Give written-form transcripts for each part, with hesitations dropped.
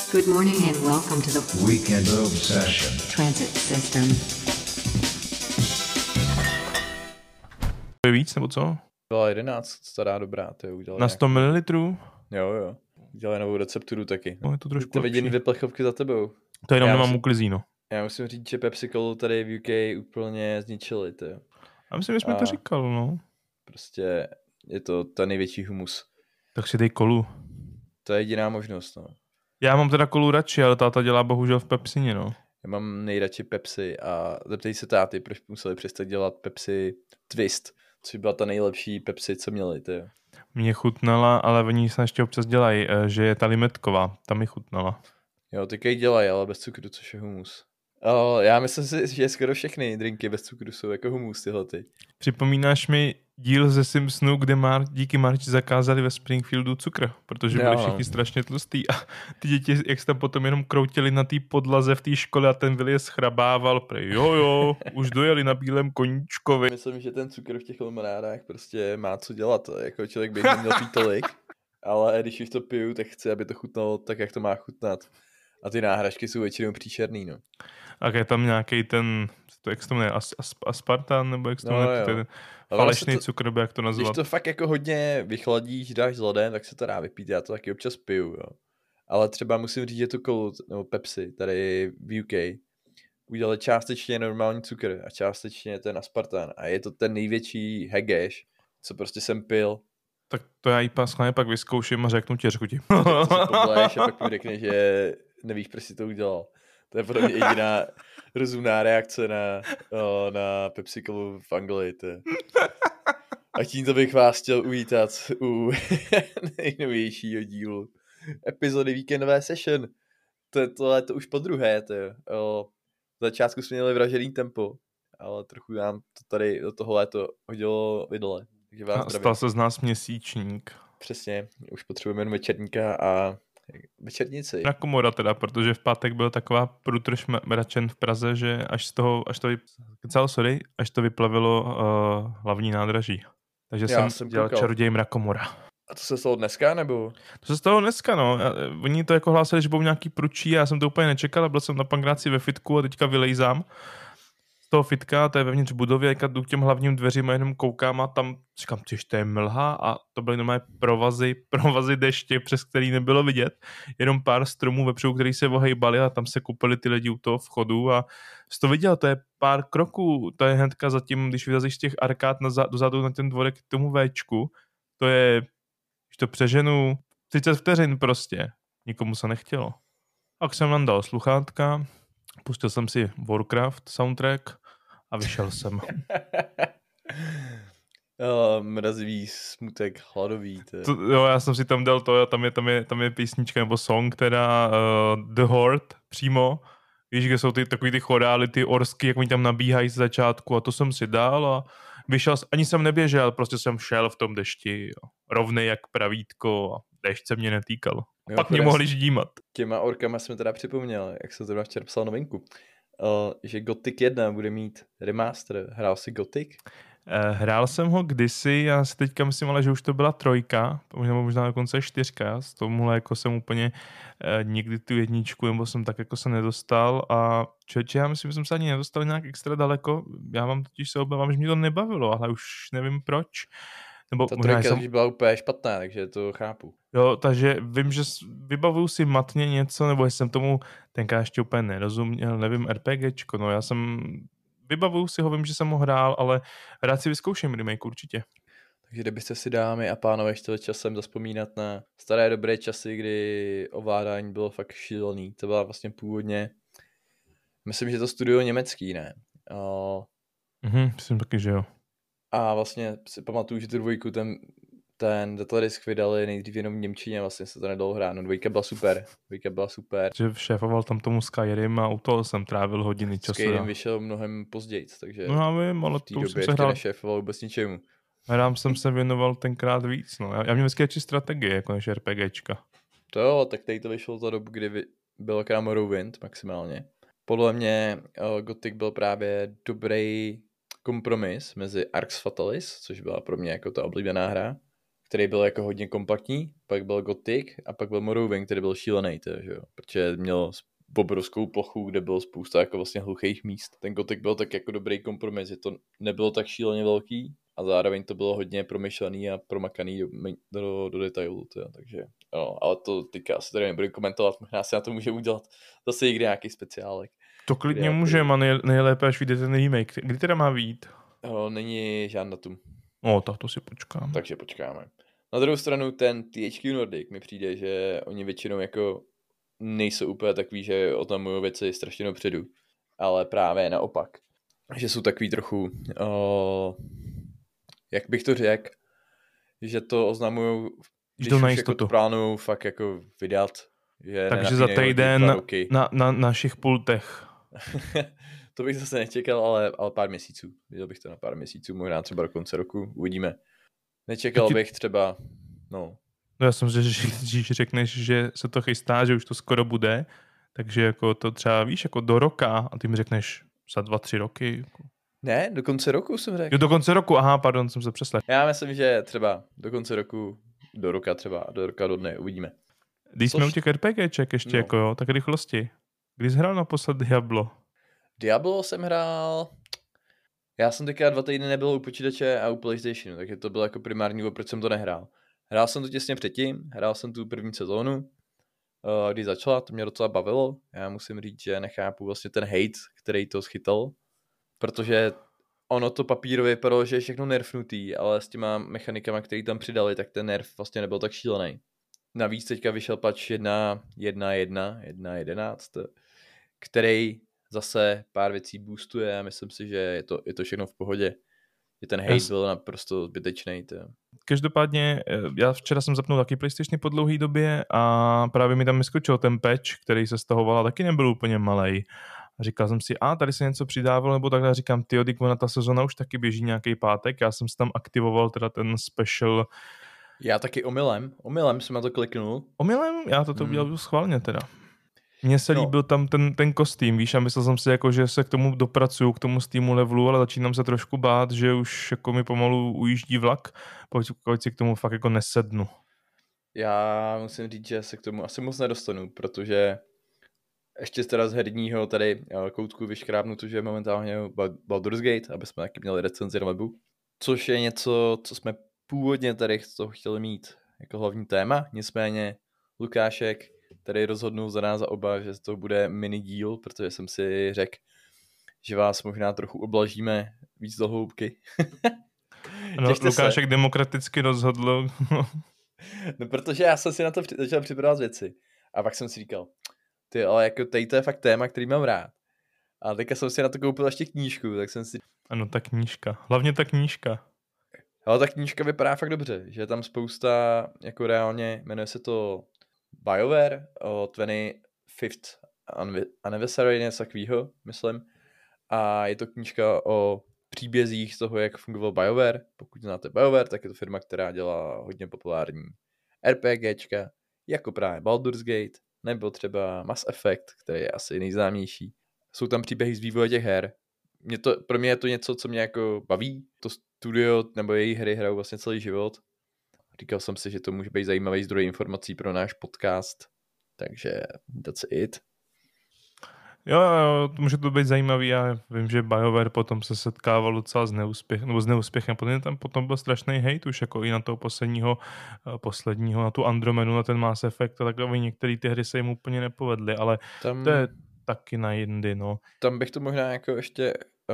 Good morning and welcome to the Weekend Obsession Transit System. Je víc, nebo co? Byla 11, stará dobrá, to je udělal Na 100 ml? Jo. Udělali novou recepturu taky. No, je to trošku To vidím lepší. dvě plechovky za tebou. To jenom Já nemám musím- uklizíno. Já musím říct, že Pepsi Colu tady v UK úplně zničili, to jo. A myslím, že jsme to říkal, no. Prostě je to ta největší humus. Tak si dej kolu. To je jediná možnost, no. Já mám teda kolu radši, ale táta dělá bohužel v Pepsině, no. Já mám nejradši Pepsi a zeptej se táty, proč museli přestat dělat Pepsi Twist, což byla ta nejlepší Pepsi, co měli, to jo. Mě chutnala, ale oni se ještě občas dělají, že je ta limetková. Ta mi chutnala. Jo, teďka ji dělají, ale bez cukru, což je humus. Já myslím si, že skoro všechny drinky bez cukru jsou jako humus tyhle ty. Připomínáš mi díl ze Simpsonu, kde díky Marge zakázali ve Springfieldu cukr, protože byli všichni strašně tlustý a ty děti, jak se tam potom jenom kroutili na té podlaze v té škole a ten Willy je schrabával, jo, už dojeli na bílém koníčkovi. Myslím, že ten cukr v těch limonádách prostě má co dělat, jako člověk by neměl pít tolik, ale když už to piju, tak chci, aby to chutnalo tak, jak to má chutnat. A ty náhražky jsou většinou příšerný, no. A je tam nějaký ten, jak se to jmenuje, aspartan, nebo jak se to jmenuje, ten falešný cukr, jak to nazvat. Když to fakt jako hodně vychladíš, dáš s ledem, tak se to dá vypít, já to taky občas piju, jo. Ale třeba musím říct, že tu kolu, nebo Pepsi, tady v UK, udělali částečně normální cukr a částečně ten aspartan a je to ten největší hegeš, co prostě jsem pil. Tak to já jí pak vyzkouším a řeknu ti, řeknu ti. To se pobleješ a pak mi řekne, že nevíš, proč jsi to udělal. To je pro mě jediná rozumná reakce na Pepsi Colu v Anglii. A tímto bych vás chtěl uvítat u nejnovějšího dílu epizody Víkendové session. To už po druhé. V začátku jsme měli vražený tempo, ale trochu nám to tady do toho léto hodilo vidle. Stal se z nás měsíčník. Přesně, už potřebujeme jen večerníka a večernici. Na Komora teda, protože v pátek byl taková průtrž mračen v Praze, že až to vyplavilo hlavní nádraží. Takže jsem dělal čaroděj mrakomora. A to se stalo dneska, nebo? To se stalo dneska, no. Oni to jako hlásili, že budou nějaký průčí, já jsem to úplně nečekal, byl jsem na Pankráci ve fitku a teďka vylejzám z toho fitka, to je vevnitř budovy, jak jdu k těm hlavním dveřím a jenom koukám a tam říkám, což to je mlha a to byly normálně provazy deště, přes který nebylo vidět, jenom pár stromů vepředu, který se ohejbaly a tam se kupili ty lidi u toho vchodu a jsi to viděl, to je pár kroků, to je hnedka zatím, když vyrazíš z těch arkád dozadu na ten dvorek k tomu Včku, to je, když to přeženu, 30 vteřin prostě, nikomu se nechtělo. Tak jsem nám dal sluchátka, pustil jsem si Warcraft soundtrack a vyšel jsem. Mrazivý smutek, hladový. Jo, já jsem si tam dal to, tam je písnička nebo song, teda The Horde přímo. Víš, kde jsou takový ty chorály, ty orsky, jak oni tam nabíhají z začátku a to jsem si dal a vyšel, ani jsem neběžel, prostě jsem šel v tom dešti, jo. Rovnej jak pravítko a dešť se mě netýkal. Jo, pak mě mohli ždímat. Těma orkama jsme teda připomněl, jak jsem zrovna včera psal novinku, že Gothic 1 bude mít remaster. Hrál jsi Gothic? Hrál jsem ho kdysi, já si teďka myslím, ale že už to byla 3, možná dokonce 4, z tomuhle jako jsem úplně nikdy tu jedničku, nebo jsem tak jako se nedostal a člověče, já myslím, že jsem se ani nedostal nějak extra daleko, já vám totiž se obávám, že mě to nebavilo, ale už nevím proč. Nebo ta 3 byla úplně špatná, takže to chápu. Jo, takže vím, že vybavuju si matně něco, nebo jsem tomu tenkrát ještě úplně nerozuměl, nevím, RPGčko, no já jsem, vybavuju si ho, vím, že jsem ho hrál, ale rád si vyzkouším remake určitě. Takže kdybyste si, dámy a pánové, chtěli časem zaspomínat na staré dobré časy, kdy ovládání bylo fakt šílený, to byla vlastně původně, myslím, že to studio německý, ne? Myslím taky, že jo. A vlastně si pamatuju, že tu 2, ten datadisk vydali nejdřív jenom v němčině, vlastně se to nedalo hrát. No 2 byla super. Že šéfoval tam tomu Skyrim a u toho jsem trávil hodiny času. Skyrim vyšel mnohem později, takže no já vím, ale to už jsem se hrál. Nešéfoval vůbec ničemu. Hrám jsem se věnoval tenkrát víc, no. Já měl vždycky radši strategie, jako než RPGčka. To jo, tak tady to vyšlo za dobu, kdy byl krám Morrowind maximálně. Podle mě Gothic byl právě dobrý kompromis mezi Arx Fatalis, což byla pro mě jako ta oblíbená hra, který byl jako hodně kompaktní, pak byl Gothic a pak byl Morrowind, který byl šílený, že jo? Protože měl obrovskou plochu, kde bylo spousta jako vlastně hluchých míst. Ten Gothic byl tak jako dobrý kompromis, že to nebylo tak šíleně velký a zároveň to bylo hodně promyšlený a promakaný do detailu, takže jo, ale to teďka asi tady nebudu komentovat, možná si na to můžeme udělat zase někdy nějaký speciálek. To klidně můžeme, a nejlépe až vyjde ten remake. Kdy teda má vyjít? Není žádný datum. Tak to si počkám. Takže počkáme. Na druhou stranu ten THQ Nordic mi přijde, že oni většinou jako nejsou úplně takový, že oznamují věci strašně dopředu, ale právě naopak. Že jsou takový trochu, jak bych to řekl, že to oznamují, když už jako to plánujou fakt jako vydat. Že takže za týden na našich pultech. To bych zase nečekal, ale pár měsíců. Viděl bych to na pár měsíců, možná třeba do konce roku, uvidíme. Nečekal bych třeba, No já jsem řekl, že když řekneš, že se to chystá, že už to skoro bude, takže jako to třeba víš, jako do roka a ty mi řekneš za 2-3 roky. Jako. Ne, do konce roku jsem řekl. Jo, do konce roku, pardon, jsem se přeslechl. Já myslím, že třeba do konce roku, do roka třeba, do roka do dne, uvidíme. Když jsme u těch RPGček ještě jako jo, tak rychlosti. Kdy jsi hrál naposled Diablo? Diablo jsem hrál... Já jsem teďka 2 týdny nebyl u počítače a u PlayStationu, takže to bylo jako primární důvod, proč jsem to nehrál. Hrál jsem to těsně předtím, hrál jsem tu první sezónu, když začala, to mě docela bavilo. Já musím říct, že nechápu vlastně ten hate, který to schytal, protože ono to papírově vypadalo, že je všechno nerfnutý, ale s těma mechanikama, který tam přidali, tak ten nerf vlastně nebyl tak šílený. Navíc teďka vyšel patch 1.1.11, který zase pár věcí boostuje a myslím si, že je to všechno v pohodě. Že ten hate byl naprosto zbytečný. Každopádně, já včera jsem zapnul taky PlayStation po dlouhé době a právě mi tam vyskočil ten patch, který se stahoval a taky nebyl úplně malej. A říkal jsem si, tady se něco přidávalo, nebo takhle říkám, ona ta sezona už taky běží nějaký pátek, já jsem si tam aktivoval teda ten special. Já taky omylem jsem na to kliknul. Omylem? Já to udělal schválně teda. Mně se líbil tam ten kostým, víš, a myslel jsem si, jako, že se k tomu dopracuju, k tomu Steamu levelu, ale začínám se trošku bát, že už jako mi pomalu ujíždí vlak, pokud si k tomu fakt jako nesednu. Já musím říct, že se k tomu asi moc nedostanu, protože ještě teda z herního tady koutku vyškrábnu to, že je momentálně Baldur's Gate, aby jsme taky měli recenzi na webu, což je něco, co jsme původně tady z toho chtěli mít jako hlavní téma, nicméně Lukášek tady rozhodnul za nás za oba, že to bude mini díl, protože jsem si řekl, že vás možná trochu oblažíme víc do hloubky. No, Lukášek demokraticky rozhodl. No, protože já jsem si na to začal připravovat věci. A pak jsem si říkal, ale jako tady to je fakt téma, který mám rád. A teďka jsem si na to koupil ještě knížku, tak jsem si... Ano, ta knížka. Hlavně ta knížka. Ale ta knížka vypadá fakt dobře, že je tam spousta, jako reálně, jmenuje se to BioWare, 25th Anniversary, něco takového, myslím. A je to knížka o příbězích toho, jak fungoval BioWare. Pokud znáte BioWare, tak je to firma, která dělá hodně populární RPGčka, jako právě Baldur's Gate, nebo třeba Mass Effect, který je asi nejznámější. Jsou tam příběhy z vývoje těch her. Pro mě je to něco, co mě jako baví. To studio nebo její hry hrajou vlastně celý život. Říkal jsem si, že to může být zajímavý zdroj informací pro náš podcast. Takže that's it. Jo, může to být zajímavý. Já vím, že BioWare potom se setkával docela s neúspěchem. Potom byl strašný hejt už jako i na toho posledního, na tu Andromedu, na ten Mass Effect a takové některé ty hry se jim úplně nepovedly, ale to je taky na jindy, no. Tam bych to možná jako ještě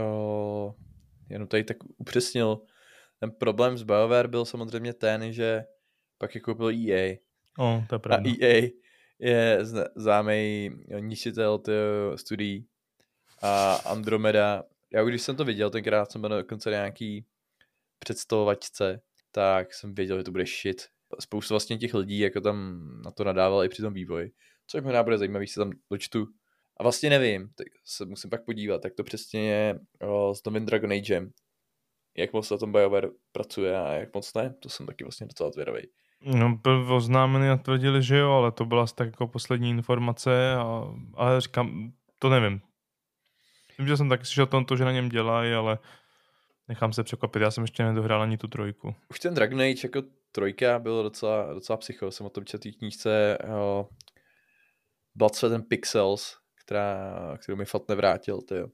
jenom tady tak upřesnil. Ten problém s BioWare byl samozřejmě ten, že pak je koupil EA. To je pravda. A EA je známý ničitel studií a Andromeda. Já když jsem to viděl, tenkrát jsem byl dokonce nějaký představovačce, tak jsem věděl, že to bude shit. Spoustu vlastně těch lidí jako tam na to nadával i při tom vývoji. Což možná bude zajímavý, se tam dočtu. A vlastně nevím, tak se musím pak podívat, jak to přesně je s novým Dragon Agem. Jak moc na tom BioWare pracuje a jak moc ne, to jsem taky vlastně docela zvědavý. No, byl oznámený a tvrdili, že jo, ale to byla asi tak jako poslední informace, ale říkám, to nevím. Vím, že jsem taky slyšel to, že na něm dělají, ale nechám se překvapit, já jsem ještě nedohrál ani tu 3. Už ten Dragon Age jako 3 bylo docela psycho. Jsem o tom četl v knížce Blood, Sweat and Pixels, kterou mi fakt nevrátil, tyjo.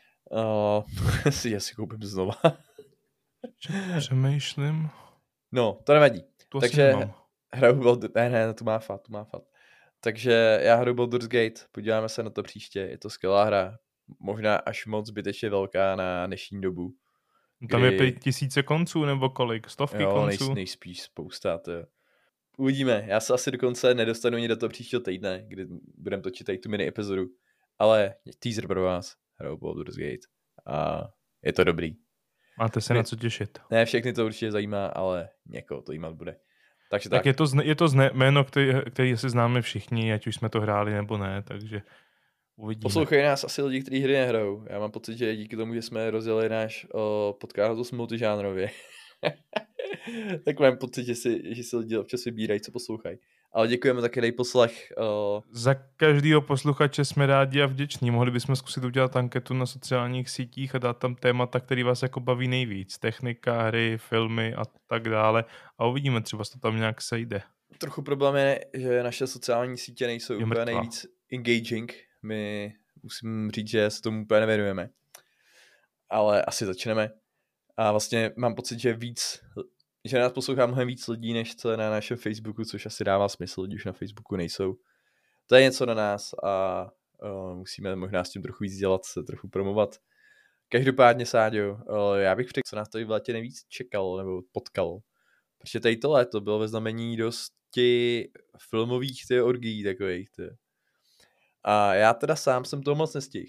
Si asi koupím znova. Přemýšlím. No, to nevadí. To Takže hraju ne, to má fat. Takže já hraju Baldur's Gate, podíváme se na to příště, je to skvělá hra. Možná až moc zbytečně velká na dnešní dobu. Tam je 5000 konců nebo kolik? 100 konců? Nejspíš spousta, tyjo. Uvidíme, já se asi dokonce nedostanu ani do toho příštího týdne, kdy budeme točit tady tu mini epizodu. Ale teaser pro vás, hraju Baldur's Gate a je to dobrý. Máte se na co těšit. Ne, všechny to určitě zajímá, ale někoho to jímat bude. Takže tak. Je to jméno, který asi známe všichni, ať už jsme to hráli nebo ne, takže uvidíme. Poslouchají nás asi lidi, kteří hry nehrajou. Já mám pocit, že díky tomu, že jsme rozjeli náš podcast dost multižánrově. Tak mám pocit, že si lidi občas vybírají, co poslouchají. Ale děkujeme také dej poslech. Za každého posluchače jsme rádi a vděční. Mohli bychom zkusit udělat anketu na sociálních sítích a dát tam témata, který vás jako baví nejvíc. Technika, hry, filmy a tak dále. A uvidíme, třeba se to tam nějak sejde. Trochu problém je, že naše sociální sítě nejsou úplně nejvíc engaging. My musím říct, že se tomu úplně nevěnujeme. Ale asi začneme. A vlastně mám pocit, že nás poslouchá mnohem víc lidí, než co na našem Facebooku, což asi dává smysl, lidi už na Facebooku nejsou. To je něco na nás a musíme možná s tím trochu víc dělat, se trochu promovat. Každopádně, Sáďo, já bych řekl, co nás tady v létě nejvíc čekalo nebo potkalo. Protože tady to léto bylo ve znamení dosti filmových orgií takových. A já teda sám jsem toho moc nestihl.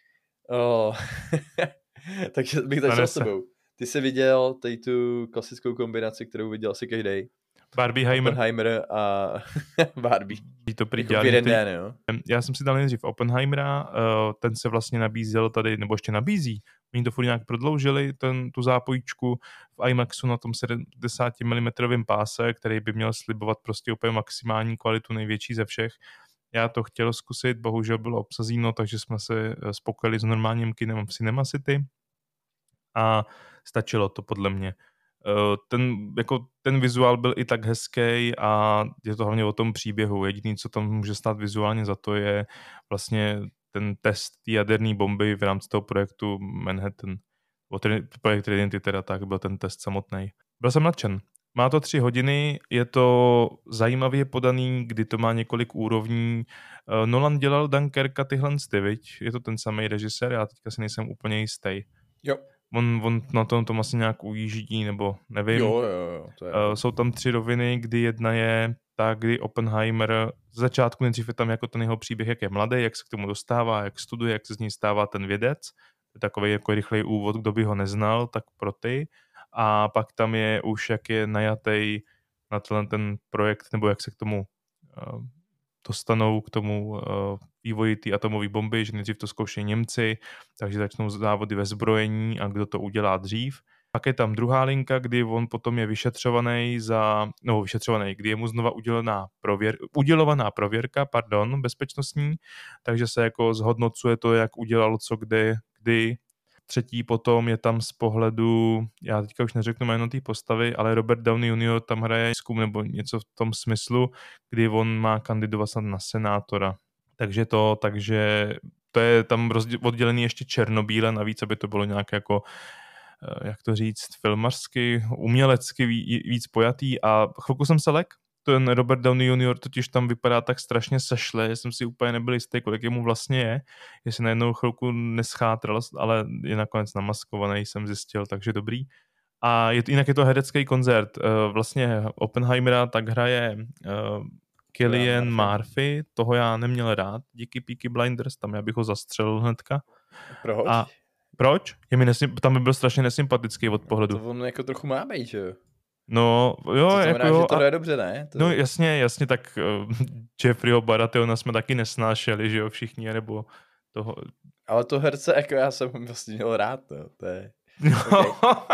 Takže bych začal s sebou. Ty jsi viděl tady tu klasickou kombinaci, kterou viděl asi každý. Oppenheimer a Barbie. To jako jeden den, jo? Já jsem si dal nejdřív Oppenheimera, ten se vlastně nabízel tady, nebo ještě nabízí. Oni to furt nějak prodloužili, tu zápojíčku v IMAXu na tom 70 mm páse, který by měl slibovat prostě úplně maximální kvalitu, největší ze všech. Já to chtěl zkusit, bohužel bylo obsazeno, takže jsme se spokojili s normálním kinem v Cinema City. A stačilo to podle mě. Ten vizuál byl i tak hezký a je to hlavně o tom příběhu. Jediný, co tam může stát vizuálně za to, je vlastně ten test jaderné bomby v rámci toho projektu Manhattan. Projekt Trinity teda, tak byl ten test samotný. Byl jsem nadšen. Má to 3 hodiny, je to zajímavě podaný, kdy to má několik úrovní. Nolan dělal Dunkerka tyhle viď? Je to ten samý režisér, já teďka si nejsem úplně jistý. Jo. On na tom asi nějak ujíždí, nebo nevím. Jo. To je... Jsou tam 3 roviny, kdy jedna je ta, kdy Oppenheimer z začátku nejdřív je tam jako ten jeho příběh, jak je mladý, jak se k tomu dostává, jak studuje, jak se z něj stává ten vědec. To je takový jako rychlej úvod, kdo by ho neznal, tak pro ty. A pak tam je už, jak je najatý na ten projekt, nebo jak se k tomu dostanou k tomu vývoji té atomové bomby, že nejdřív to zkoušejí Němci, takže začnou závody ve zbrojení a kdo to udělá dřív. Pak je tam druhá linka, kdy on potom je vyšetřovaný kdy je mu znova udělovaná prověrka, bezpečnostní, takže se jako zhodnocuje to, jak udělal co, kdy. Třetí potom je tam z pohledu, já teďka už neřeknu jméno té postavy, ale Robert Downey Jr. tam hraje výzkum nebo něco v tom smyslu, kdy on má kandidovat na senátora. Takže to je tam oddělený ještě černobíle, navíc, aby to bylo nějak jako, jak to říct, filmařsky, umělecky víc pojatý a chvilku jsem se lek. Ten Robert Downey Jr. totiž tam vypadá tak strašně sešle, že jsem si úplně nebyl jistý, kolik jemu vlastně je, jestli najednou chvilku neschátral, ale je nakonec namaskovaný, jsem zjistil, takže dobrý. A jinak je to herecký koncert. Vlastně Oppenheimera tak hraje Cillian Murphy, toho já neměl rád, díky Peaky Blinders, tam já bych ho zastřelil hnedka. Proč? A proč? Tam by byl strašně nesympatický od pohledu. To on jako trochu má být, že jo? No, jo, to jako znamená, že to je dobře, ne? No jasně, tak Jeffreyho Baratheona jsme taky nesnášeli, že jo, všichni, nebo toho... Ale to herce, jako já jsem vlastně měl rád, to je... Okay.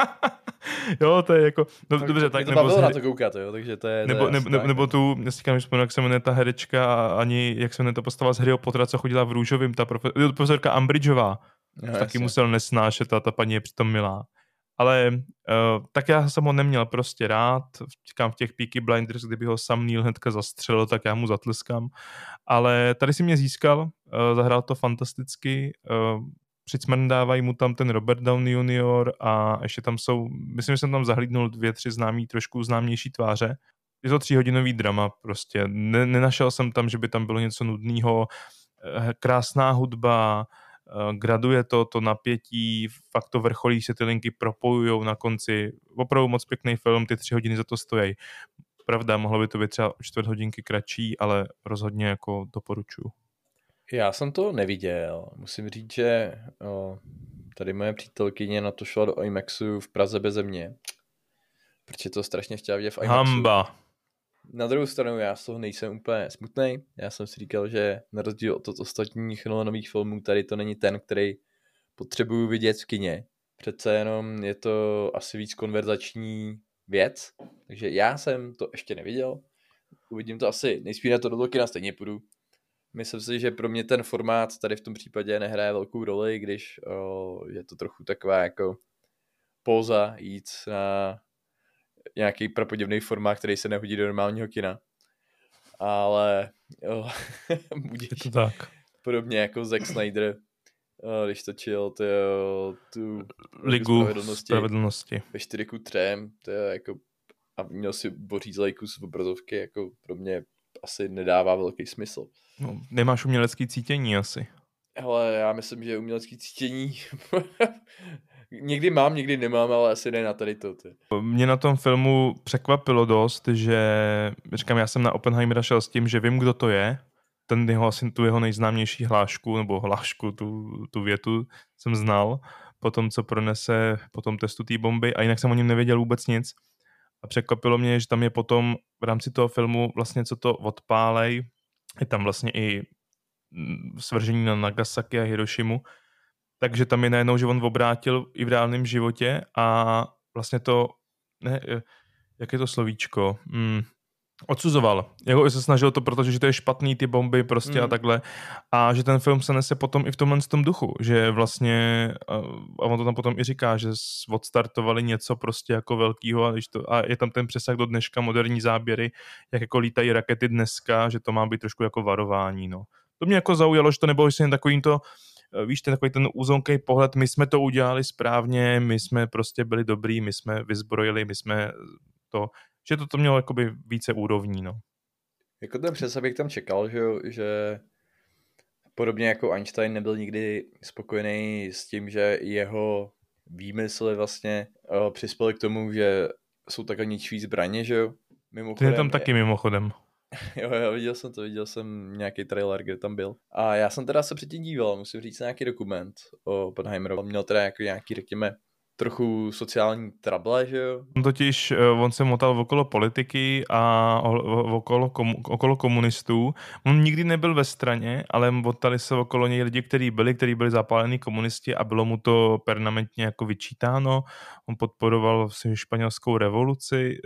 Jo, to je jako... No, dobře, tak to bavilo na to koukat, jo, takže to je... Nebo tu, já si jak se jmenuje ta herečka a ani, jak se jmenuje ta postava z Harryho Pottera, co chodila v růžovým, ta profesorka Umbridgeová. Taky musel nesnášet a ta paní je přitom milá. ale tak já jsem ho neměl prostě rád. Říkám, v těch Peaky Blinders, kdyby ho sam Neil hnedka zastřelil, tak já mu zatleskám. Ale tady si mě získal, zahrál to fantasticky, přicmrdávají mu tam ten Robert Downey Jr. a ještě tam jsou, myslím, že jsem tam zahlídnul 2-3 trošku známější tváře. Je to 3hodinový drama prostě. Nenašel jsem tam, že by tam bylo něco nudného. Krásná hudba, graduje to napětí, fakt to vrcholí, se ty linky propojujou na konci. Opravdu moc pěkný film, ty 3 hodiny za to stojí. Pravda, mohlo by to být třeba 4 hodinky kratší, ale rozhodně jako doporučuju. Já jsem to neviděl. Musím říct, že tady moje přítelkyně na to šla do IMAXu v Praze beze mě. Protože to strašně chtěla vidět v IMAXu. Hamba. Na druhou stranu já z toho nejsem úplně smutnej. Já jsem si říkal, že na rozdíl od ostatních Nolanových filmů tady to není ten, který potřebuju vidět v kině. Přece jenom je to asi víc konverzační věc. Takže já jsem to ještě neviděl. Uvidím to asi, nejspíš na to do kina stejně půjdu. Myslím si, že pro mě ten formát tady v tom případě nehraje velkou roli, když je to trochu taková jako póza jít na nějaký prapodivný formát, který se nehodí do normálního kina. Ale budíš. Je to tak. Podobně jako Zack Snyder, když točil tu Ligu spravedlnosti ve 4:3, to je jako, a měl si bořízlej kus v obrazovky, jako pro mě asi nedává velký smysl. No, nemáš umělecký cítění asi. Hele, já myslím, že umělecký cítění někdy mám, někdy nemám, ale asi ne na tady to. Mě na tom filmu překvapilo dost, že říkám, já jsem na Oppenheimera šel s tím, že vím, kdo to je. Tu jeho nejznámější hlášku, tu větu jsem znal po tom, co pronese po tom testu té bomby, a jinak jsem o něm nevěděl vůbec nic. A překvapilo mě, že tam je potom v rámci toho filmu vlastně, co to odpálej, je tam vlastně i svržení na Nagasaki a Hirošimu, takže tam je najednou, že on obrátil i v reálném životě a vlastně to, jak je to slovíčko, odsuzoval. Jako se snažil to, protože to je špatný, ty bomby prostě a takhle. A že ten film se nese potom i v tomhle tom duchu, že vlastně, a on to tam potom i říká, že odstartovali něco prostě jako velkýho a je tam ten přesah do dneška, moderní záběry, jak jako lítají rakety dneska, že to má být trošku jako varování, no. To mě jako zaujalo, že to nebylo jen takovýmto, víš, takový ten úzonký pohled, my jsme to udělali správně, my jsme prostě byli dobrý, my jsme vyzbrojili, my jsme to, že to mělo jakoby více úrovní, no. Jako ten přesah bych tam čekal, že podobně jako Einstein nebyl nikdy spokojený s tím, že jeho výmysly vlastně přispěly k tomu, že jsou takhle ničí zbraně, že jo. Ty je tam taky mimochodem. Jo, viděl jsem nějaký trailer, kde tam byl. A já jsem teda se předtím díval, musím říct nějaký dokument o Oppenheimerovi. Měl teda jako nějaký, řekněme, trochu sociální trable, že jo? On se motal okolo politiky a okolo komunistů. On nikdy nebyl ve straně, ale motali se okolo něj lidi, kteří byli zapálení komunisti a bylo mu to permanentně jako vyčítáno. On podporoval španělskou revoluci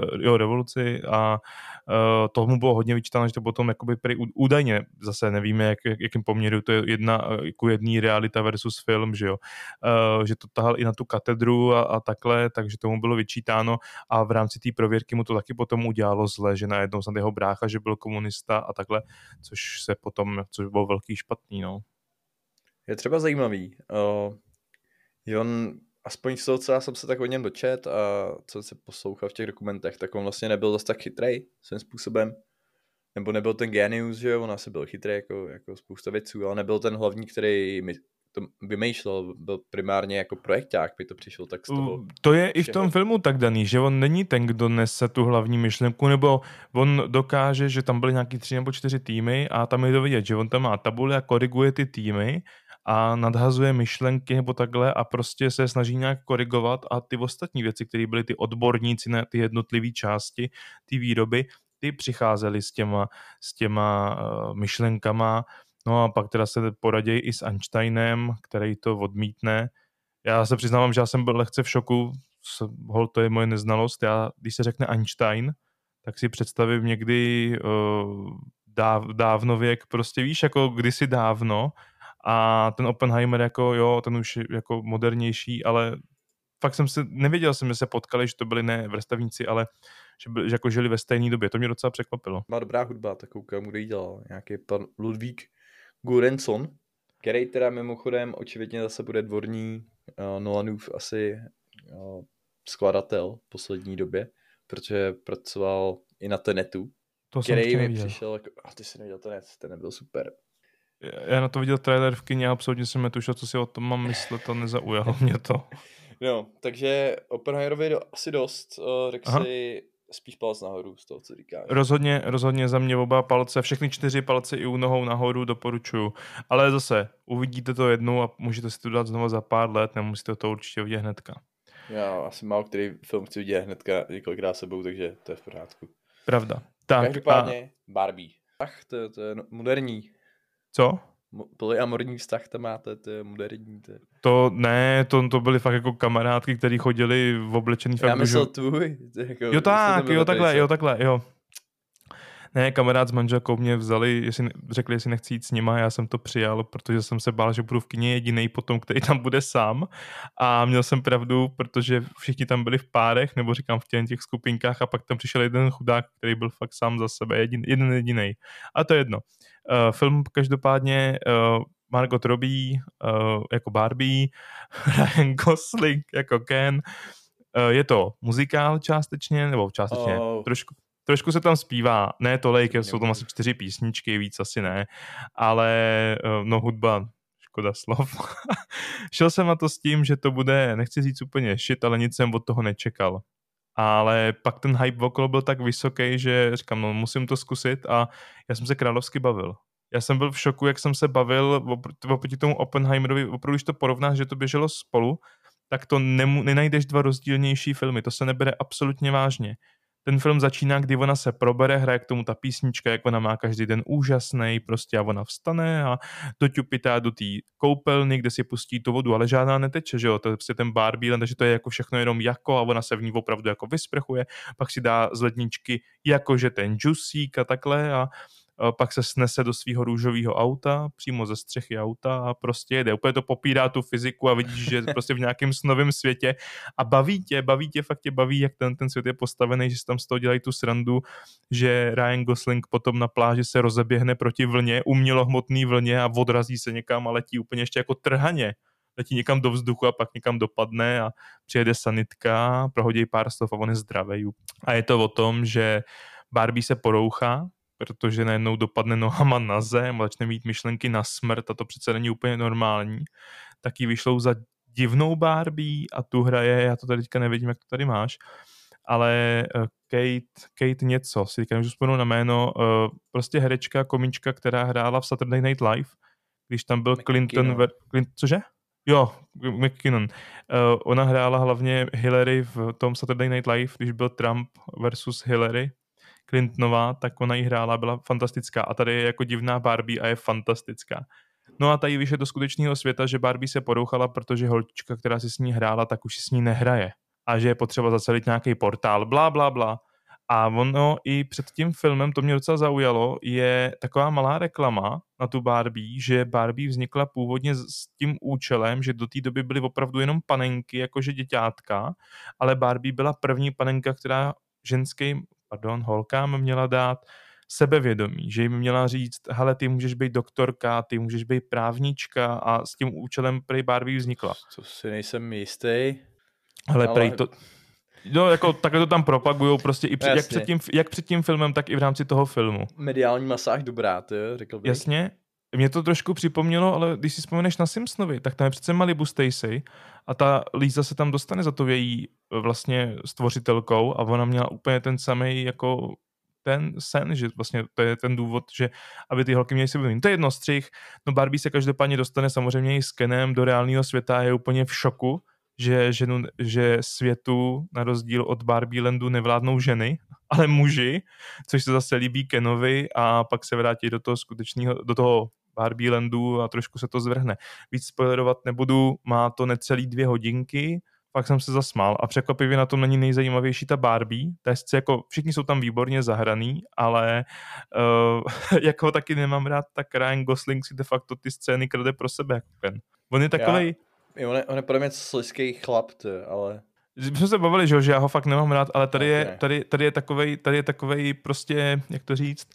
a toho mu bylo hodně vyčítáno, že to potom jakoby údajně, zase nevíme, jakým poměru to je 1:1 realita versus film, že jo. Že to tahal i na tu katedru a takhle, takže tomu bylo vyčítáno a v rámci té prověrky mu to taky potom udělalo zle, že najednou snad jeho brácha, že byl komunista a takhle, což bylo velký špatný, no. Je třeba zajímavý, že on, aspoň z toho, co já jsem se tak o něm dočet a co se poslouchal v těch dokumentech, tak on vlastně nebyl zase tak chytrej svým způsobem, nebo nebyl ten genius, že jo, on asi byl chytrej jako spousta věců, ale nebyl ten hlavní, který to vymýšlel, byl primárně jako projekták, by to přišel tak z toho. To je i v tom filmu tak daný, že on není ten, kdo nese tu hlavní myšlenku, nebo on dokáže, že tam byly nějaký 3 nebo 4 týmy a tam je to vidět, že on tam má tabuli a koriguje ty týmy a nadhazuje myšlenky nebo takhle a prostě se snaží nějak korigovat a ty ostatní věci, které byly ty odborníci na ty jednotlivé části, ty výroby, ty přicházely s těma myšlenkama. No a pak teda se poradějí i s Einsteinem, který to odmítne. Já se přiznávám, že já jsem byl lehce v šoku, to je moje neznalost. Když se řekne Einstein, tak si představím někdy dávnověk, prostě víš, jako kdysi dávno a ten Oppenheimer jako jo, ten už je jako modernější, ale fakt nevěděl jsem, že se potkali, že to byli ne vrstevníci, ale že jako žili ve stejné době. To mě docela překvapilo. Má dobrá hudba, tak koukám, kdo jí dělal. Nějaký pan Ludvík Göransson, který teda mimochodem očividně zase bude dvorní Nolanův asi skladatel v poslední době, protože pracoval i na Tenetu, který mi přišel jako, ty jsi neviděl Tenet, ten nebyl super. Já na to viděl trailer v kině a absolutně jsem netušil, co si o tom mám myslet a nezaujalo mě to. No, takže Oppenheimerovi asi dost, řekl si spíš palec nahoru z toho, co říkáš. Rozhodně za mě oba palce, všechny 4 palce i u nohou nahoru doporučuju. Ale zase, uvidíte to jednou a můžete si to dát znovu za pár let, nemusíte to určitě vidět hnedka. Já asi málo který film chci vidět hnedka několikrát sebou, takže to je v pořádku. Pravda. Tak, každopádně Barbie. Ach, to je moderní. Co? Polyamorní vztah tam máte, to je moderní. To ne, to byly fakt jako kamarádky, který chodili v oblečený fakt. Já myslel tvůj. Jako, jo takhle. Ne, kamarád s manželkou mě vzali, řekli, jestli nechci jít s nima, já jsem to přijal, protože jsem se bál, že budu v kině jedinej potom, který tam bude sám. A měl jsem pravdu, protože všichni tam byli v párech, nebo říkám v těch skupinkách, a pak tam přišel jeden chudák, který byl fakt sám za sebe, jeden jedinej. A to je jedno. Film každopádně Margot Robbie jako Barbie, Ryan Gosling jako Ken. Je to muzikál částečně, trošku se tam zpívá, ne tolik, jsou tam asi 4 písničky, víc asi ne, ale hudba, škoda slov. Šel jsem na to s tím, že to bude, nechci říct úplně shit, ale nic jsem od toho nečekal. Ale pak ten hype okolo byl tak vysoký, že říkám, musím to zkusit a já jsem se královsky bavil. Já jsem byl v šoku, jak jsem se bavil oproti tomu Oppenheimerovi, opravdu, když to porovnáš, že to běželo spolu, tak to nenajdeš 2 rozdílnější filmy, to se nebere absolutně vážně. Ten film začíná, kdy ona se probere, hraje k tomu ta písnička, jak ona má každý den úžasný, prostě a ona vstane a doťupitá do té koupelny, kde si pustí tu vodu, ale žádná neteče, že jo, to je prostě ten Barbie, takže to je jako všechno jenom jako a ona se v ní opravdu jako vysprchuje, pak si dá z ledničky jakože ten džusík a takhle a pak se snese do svého růžového auta, přímo ze střechy auta a prostě jede. Úplně to popírá tu fyziku a vidíš, že je prostě v nějakém snovém světě a baví tě, fakt tě baví, jak ten svět je postavený, že si tam z toho dělají tu srandu, že Ryan Gosling potom na pláži se rozeběhne proti vlně, umělohmotný vlně a odrazí se někam a letí úplně ještě jako trhaně. Letí někam do vzduchu a pak někam dopadne a přijede sanitka, prohodí pár slov a on je zdravej. A je to o tom, že Barbie se porouchá, protože najednou dopadne nohama na zem a začne mít myšlenky na smrt a to přece není úplně normální. Taky vyšlou za divnou Barbie a tu hraje, já to tady teďka nevidím, jak to tady máš, ale Kate něco, si teďka můžu vzpomenout na jméno, prostě herečka, komička, která hrála v Saturday Night Live, když tam byl Clinton, cože? Jo, McKinnon. Ona hrála hlavně Hillary v tom Saturday Night Live, když byl Trump versus Hillary Clintonová, tak ona ji hrála, byla fantastická a tady je jako divná Barbie a je fantastická. No a tady vyšlo do skutečného světa, že Barbie se porouchala, protože holčička, která si s ní hrála, tak už si s ní nehraje a že je potřeba zacelit nějaký portál, blá, blá, blá. A ono i před tím filmem, to mě docela zaujalo, je taková malá reklama na tu Barbie, že Barbie vznikla původně s tím účelem, že do té doby byly opravdu jenom panenky, jakože děťátka, ale Barbie byla první panenka, která holkám měla dát sebevědomí, že jim měla říct, hele, ty můžeš být doktorka, ty můžeš být právnička a s tím účelem prej Barbie vznikla. To si nejsem jistý. Hele, prej to... No, jako takhle to tam propagujou prostě i jak před tím filmem, tak i v rámci toho filmu. Mediální masáž dobrá, ty jo, řekl bych. Jasně. Mě to trošku připomnělo, ale když si vzpomeneš na Simpsonovi, tak tam je přece Malibu Stacy a ta Lisa se tam dostane za to její vlastně stvořitelkou a ona měla úplně ten samý jako ten sen, že vlastně to je ten důvod, že aby ty holky měly sebevědomí. To je jednostřih, no Barbie se každopádně dostane samozřejmě i s Kenem do reálného světa a je úplně v šoku, že světu na rozdíl od Barbielandu nevládnou ženy, ale muži, což se zase líbí Kenovi a pak se vrátí do toho Barbielandu a trošku se to zvrhne. Víc spoilerovat nebudu, má to necelý 2 hodinky, pak jsem se zasmál a překvapivě na tom není nejzajímavější ta Barbie, ta je jako, všichni jsou tam výborně zahraný, ale jako taky nemám rád, tak Ryan Gosling si de facto ty scény krade pro sebe jako Ken. On je takovej, On je podle mě slizký chlap, ale... My jsme se bavili, že já ho fakt nemám rád, ale tady Ne. je takovej prostě, jak to říct,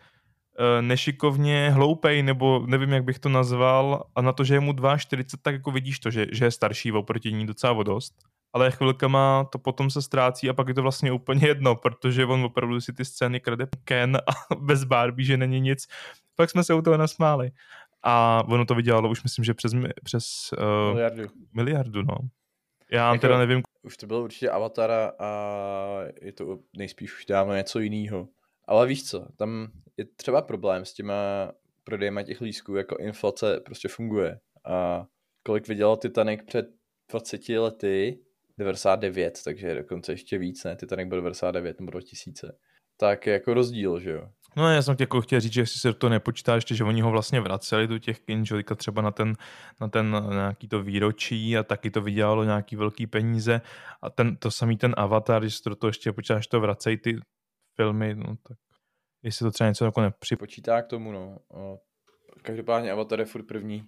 nešikovně hloupej, nebo nevím, jak bych to nazval, a na to, že je mu 42, tak jako vidíš to, že je starší oproti ní docela o dost. Ale chvilkama to potom se ztrácí a pak je to vlastně úplně jedno, protože on opravdu si ty scény krade Ken a bez Barbie, že není nic. Pak jsme se u toho nasmáli. A ono to vydělalo už myslím, že přes miliardu, no. Já jako, teda nevím. Už to bylo určitě Avatar a je to nejspíš už dávno něco jiného. Ale víš co, tam je třeba problém s těma prodejma těch lístků, jako inflace prostě funguje. A kolik vydělal Titanic před 20 lety? 99, takže dokonce ještě víc, ne? Titanic byl 99 nebo 2000. Tak je jako rozdíl, že jo? No já jsem jako chtěl říct, že jestli se to nepočítá ještě, že oni ho vlastně vraceli do těch kin, že třeba na ten nějaký to výročí a taky to vydělalo nějaký velký peníze a to samý ten Avatar, když to ještě počítáš, to vracejí ty filmy, no tak jestli to třeba něco jako nepřipočítá k tomu, no. Každopádně Avatar je furt první.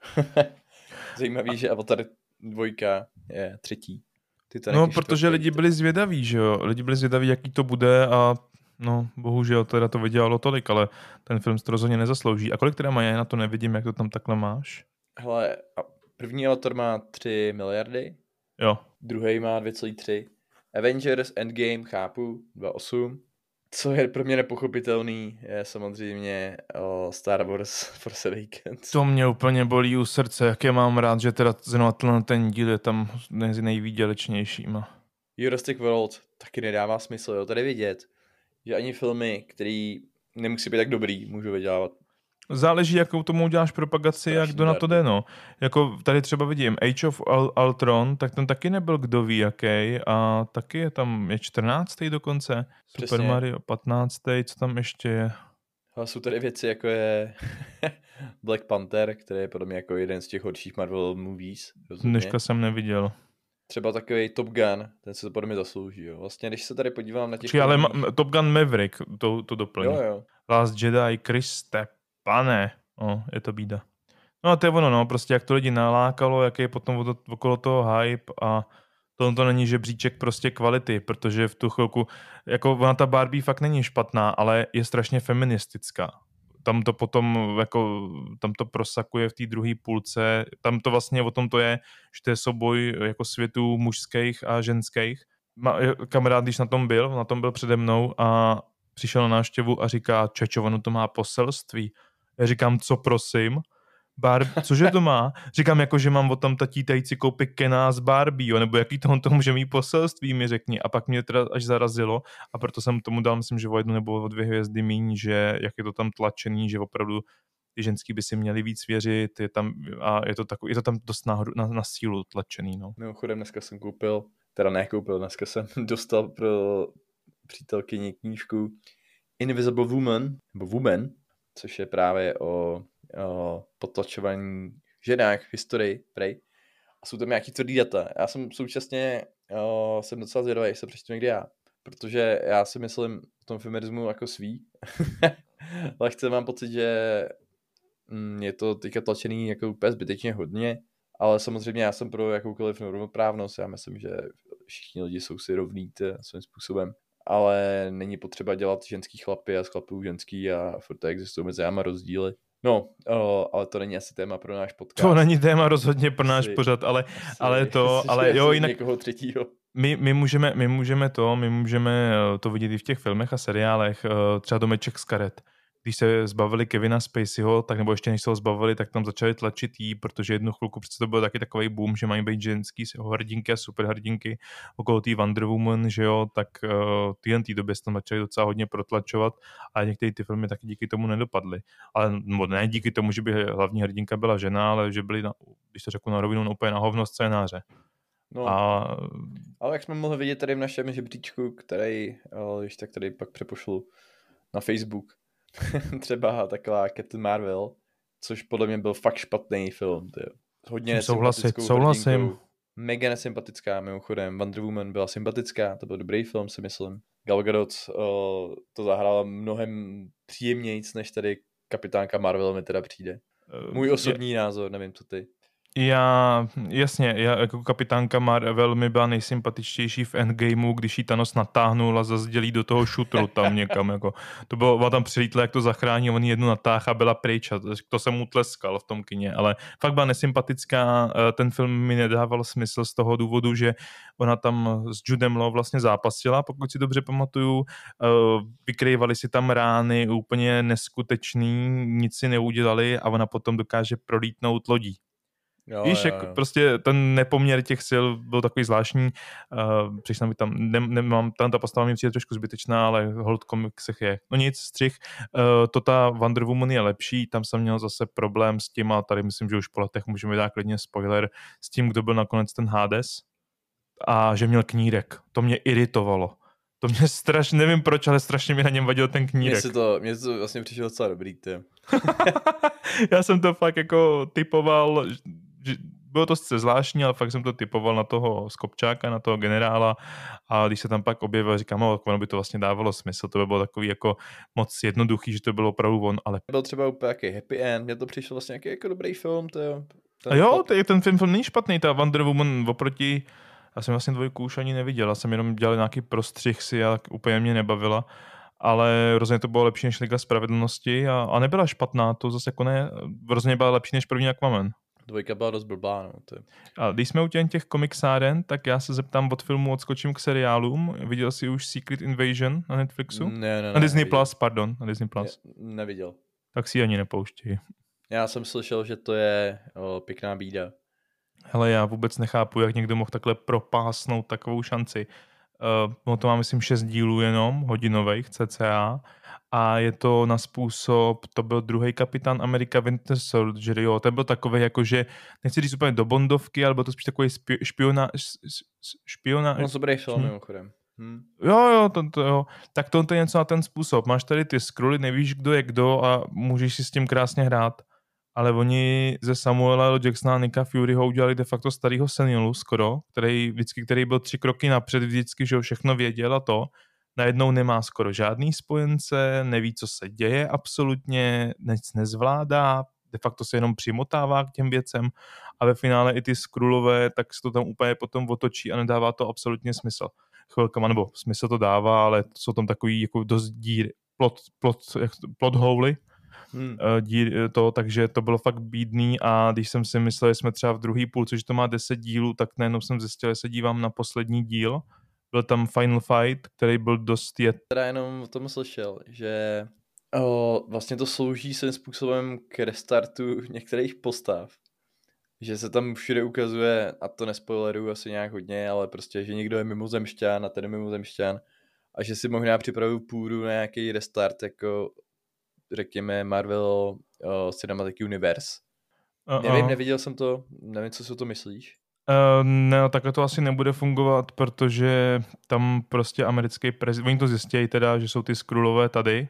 Zajímavý, že Avatar 2 je třetí. No, protože lidi byli zvědaví, že jo? Lidi byli zvědaví, jaký to bude a no, bohužel teda to vydělalo tolik, ale ten film to rozhodně nezaslouží. A kolik teda má, já na to nevidím, jak to tam takhle máš? Hele, první Avatar má 3 miliardy. Jo. Druhý má 2,3. Avengers Endgame, chápu, 2,8. Co je pro mě nepochopitelný, je samozřejmě Star Wars Force Awakens. To mě úplně bolí u srdce, jak je mám rád, že teda znovu ten díl je tam mezi nejvýdělečnějšíma. Jurassic World taky nedává smysl, jo, tady vidět, že ani filmy, který nemusí být tak dobrý, můžou vydělávat. Záleží, jakou tomu uděláš propagaci, jak kdo na to jde, no. Jako tady třeba vidím Age of Ultron, tak ten taky nebyl kdo ví jaký a taky je tam, je 14. dokonce. Přesně. Super Mario 15. Co tam ještě je? Ale jsou tady věci, jako je Black Panther, který je podle mě jako jeden z těch horších Marvel movies. Dneška jsem neviděl. Třeba takový Top Gun, ten se to podle mě zaslouží, jo. Vlastně, když se tady podívám na těch... Ale Top Gun Maverick, to doplní. Jo. Last Jedi, Kriste, pane, je to bída. No a to je ono, no, prostě jak to lidi nalákalo, jaký je potom okolo toho hype a to není žebříček prostě kvality, protože v tu chvilku, jako ona ta Barbie fakt není špatná, ale je strašně feministická. Tam to potom, jako, tam to prosakuje v té druhé půlce, tam to vlastně o tom to je, že to je souboj jako světů mužských a ženských. Kamarád, když na tom byl přede mnou a přišel na návštěvu a říká, čačo, ono to má poselství. Já říkám, co prosím? Cože to má? Říkám, jako, že mám od tam tatítajíci koupit Kena z Barbie, jo? Nebo jaký to může mít poselství, mi řekni. A pak mě teda až zarazilo a proto jsem tomu dal, myslím, že o 1 nebo o 2 hvězdy míň, že jak je to tam tlačený, že opravdu ty ženský by si měli víc věřit, je to tam dost na sílu tlačený, no. Mimochodem dneska jsem dneska jsem dostal pro přítelkyni knížku Invisible Woman, nebo Woman, což je právě o potlačování ženách v historii, prej. A jsou tam nějaký tvrdý data. Já jsem současně jsem docela zvědavý, jak se přečtu někdy já. Protože já si myslím v tom feminismu jako svý. Lehce mám pocit, že je to teďka tlačený jako úplně zbytečně hodně, ale samozřejmě já jsem pro jakoukoliv rovnoprávnost. Já myslím, že všichni lidi jsou si rovní svým způsobem. Ale není potřeba dělat ženský chlapy a z chlapů ženský a furt existují mezi náma rozdíly. No, ale to není asi téma pro náš podcast. To není téma rozhodně pro náš pořad, ale jo, jinak někoho třetího. My můžeme to vidět i v těch filmech a seriálech, třeba Domeček z karet. Když se zbavili Kevina Spaceyho, tak nebo ještě než se ho zbavili, tak tam začali tlačit jí, protože jednu chvilku přece to byl taky takový boom, že mají být ženský hrdinky a superhrdinky okolo té Wonder Woman, že jo, tak v té době se tam začali docela hodně protlačovat a některé ty filmy taky díky tomu nedopadly. Ale ne díky tomu, že by hlavní hrdinka byla žena, ale že byly, když to řeknu na rovinu, úplně na hovno scénáře. No, ale jak jsme mohli vidět tady v našem žebříčku, který, když tak tady pak přepošlu na Facebook, třeba taková Captain Marvel, což podle mě byl fakt špatný film. Tyjo. Hodně nesympatickou hrdinkou. Mega nesympatická, mimochodem. Wonder Woman byla sympatická, to byl dobrý film, si myslím. Gal Gadot to zahrála mnohem příjemnějc, než tady kapitánka Marvel mi teda přijde. Můj osobní názor, nevím co ty. Jasně, já jako kapitánka Marvel mi byla nejsympatičtější v Endgameu, když jí Thanos natáhnul a zazdělí do toho šutru tam někam, jako. To bylo, ona tam přilítla, jak to zachrání, on jí jednu natáhl a byla pryč a to jsem mu tleskal v tom kině, ale fakt byla nesympatická, ten film mi nedával smysl z toho důvodu, že ona tam s Judem Law vlastně zápasila, pokud si dobře pamatuju, vykrývali si tam rány úplně neskutečný, nic si neudělali a ona potom dokáže prolítnout lodí. Jo, Víš, jak prostě ten nepoměr těch sil byl takový zvláštní. Přišla mi tam, nemám, ta postava mi přijde trošku zbytečná, ale hold komiksech je. No nic, střih. To ta Wonder Woman je lepší, tam jsem měl zase problém s tím a tady myslím, že už po letech můžeme dát klidně spoiler s tím, kdo byl nakonec ten Hades a že měl knírek. To mě iritovalo. To mě strašně, nevím proč, ale strašně mi na něm vadil ten knírek. Mně to vlastně přišlo docela dobrý, ty. Já jsem to fakt jako typoval, že bylo to sice zvláštní, ale fakt jsem to typoval na toho Skopčáka, na toho generála a když se tam pak objevil, říkám, ono by to vlastně dávalo smysl, to by bylo takový jako moc jednoduchý, že to bylo opravdu on, ale... Byl třeba úplně jaký happy end, mně to přišlo vlastně jako dobrý film, to jo. A jo, ten film není špatný, ta Wonder Woman oproti, já jsem vlastně dvojku už ani neviděl, já jsem jenom dělal nějaký prostřih si a úplně mě nebavila, ale rozhodně to bylo lepší než Liga spravedlnosti a nebyla špatná, to zase jako ne, rozhodně byla lepší než první Aquaman. Dvojka byla dost blbá, no. A když jsme u těch komiksáren, tak já se zeptám od filmu, odskočím k seriálům. Viděl jsi už Secret Invasion na Netflixu? Ne, na Disney Plus, pardon, na Disney Plus. Neviděl. Tak si ji ani nepouštěj. Já jsem slyšel, že to je pěkná bída. Hele, já vůbec nechápu, jak někdo mohl takhle propásnout takovou šanci. No to má, myslím, 6 dílů jenom, hodinových, cca. A je to na způsob, to byl druhý Kapitán Amerika Winter Soldier, jo, ten byl takový jako, že nechci říct úplně do bondovky, ale byl to spíš takový špiona. No, dobrý film, mimochodem. Jo, jo. Tak to je něco na ten způsob. Máš tady ty skruly, nevíš, kdo je kdo a můžeš si s tím krásně hrát. Ale oni ze Samuela L. Jacksona a Nicka Furyho udělali de facto starýho senilu skoro, který byl 3 kroky napřed, vždycky, že všechno věděl a to. Najednou nemá skoro žádný spojence, neví, co se děje absolutně, nic nezvládá, de facto se jenom přimotává k těm věcem a ve finále i ty skrulové, tak se to tam úplně potom otočí a nedává to absolutně smysl. Chvilkama, nebo smysl to dává, ale jsou tam takový jako dost plot holy, takže to bylo fakt bídný a když jsem si myslel, že jsme třeba v druhý půlce, že to má 10 dílů, tak najednou jsem zjistil, že se dívám na poslední díl. Byl tam Final Fight, který byl dost Teda jenom o tom slyšel, že vlastně to slouží svým způsobem k restartu některých postav. Že se tam všude ukazuje, a to nespoileruju asi nějak hodně, ale prostě, že někdo je mimozemšťan a ten je mimozemšťan a že si možná připravují půdu na nějaký restart, jako řekněme Marvel Cinematic Universe. Nevím, neviděl jsem to, nevím, co si o to myslíš. Ne, takhle to asi nebude fungovat, protože tam prostě americký prezident, oni to zjistějí teda, že jsou ty skrulové tady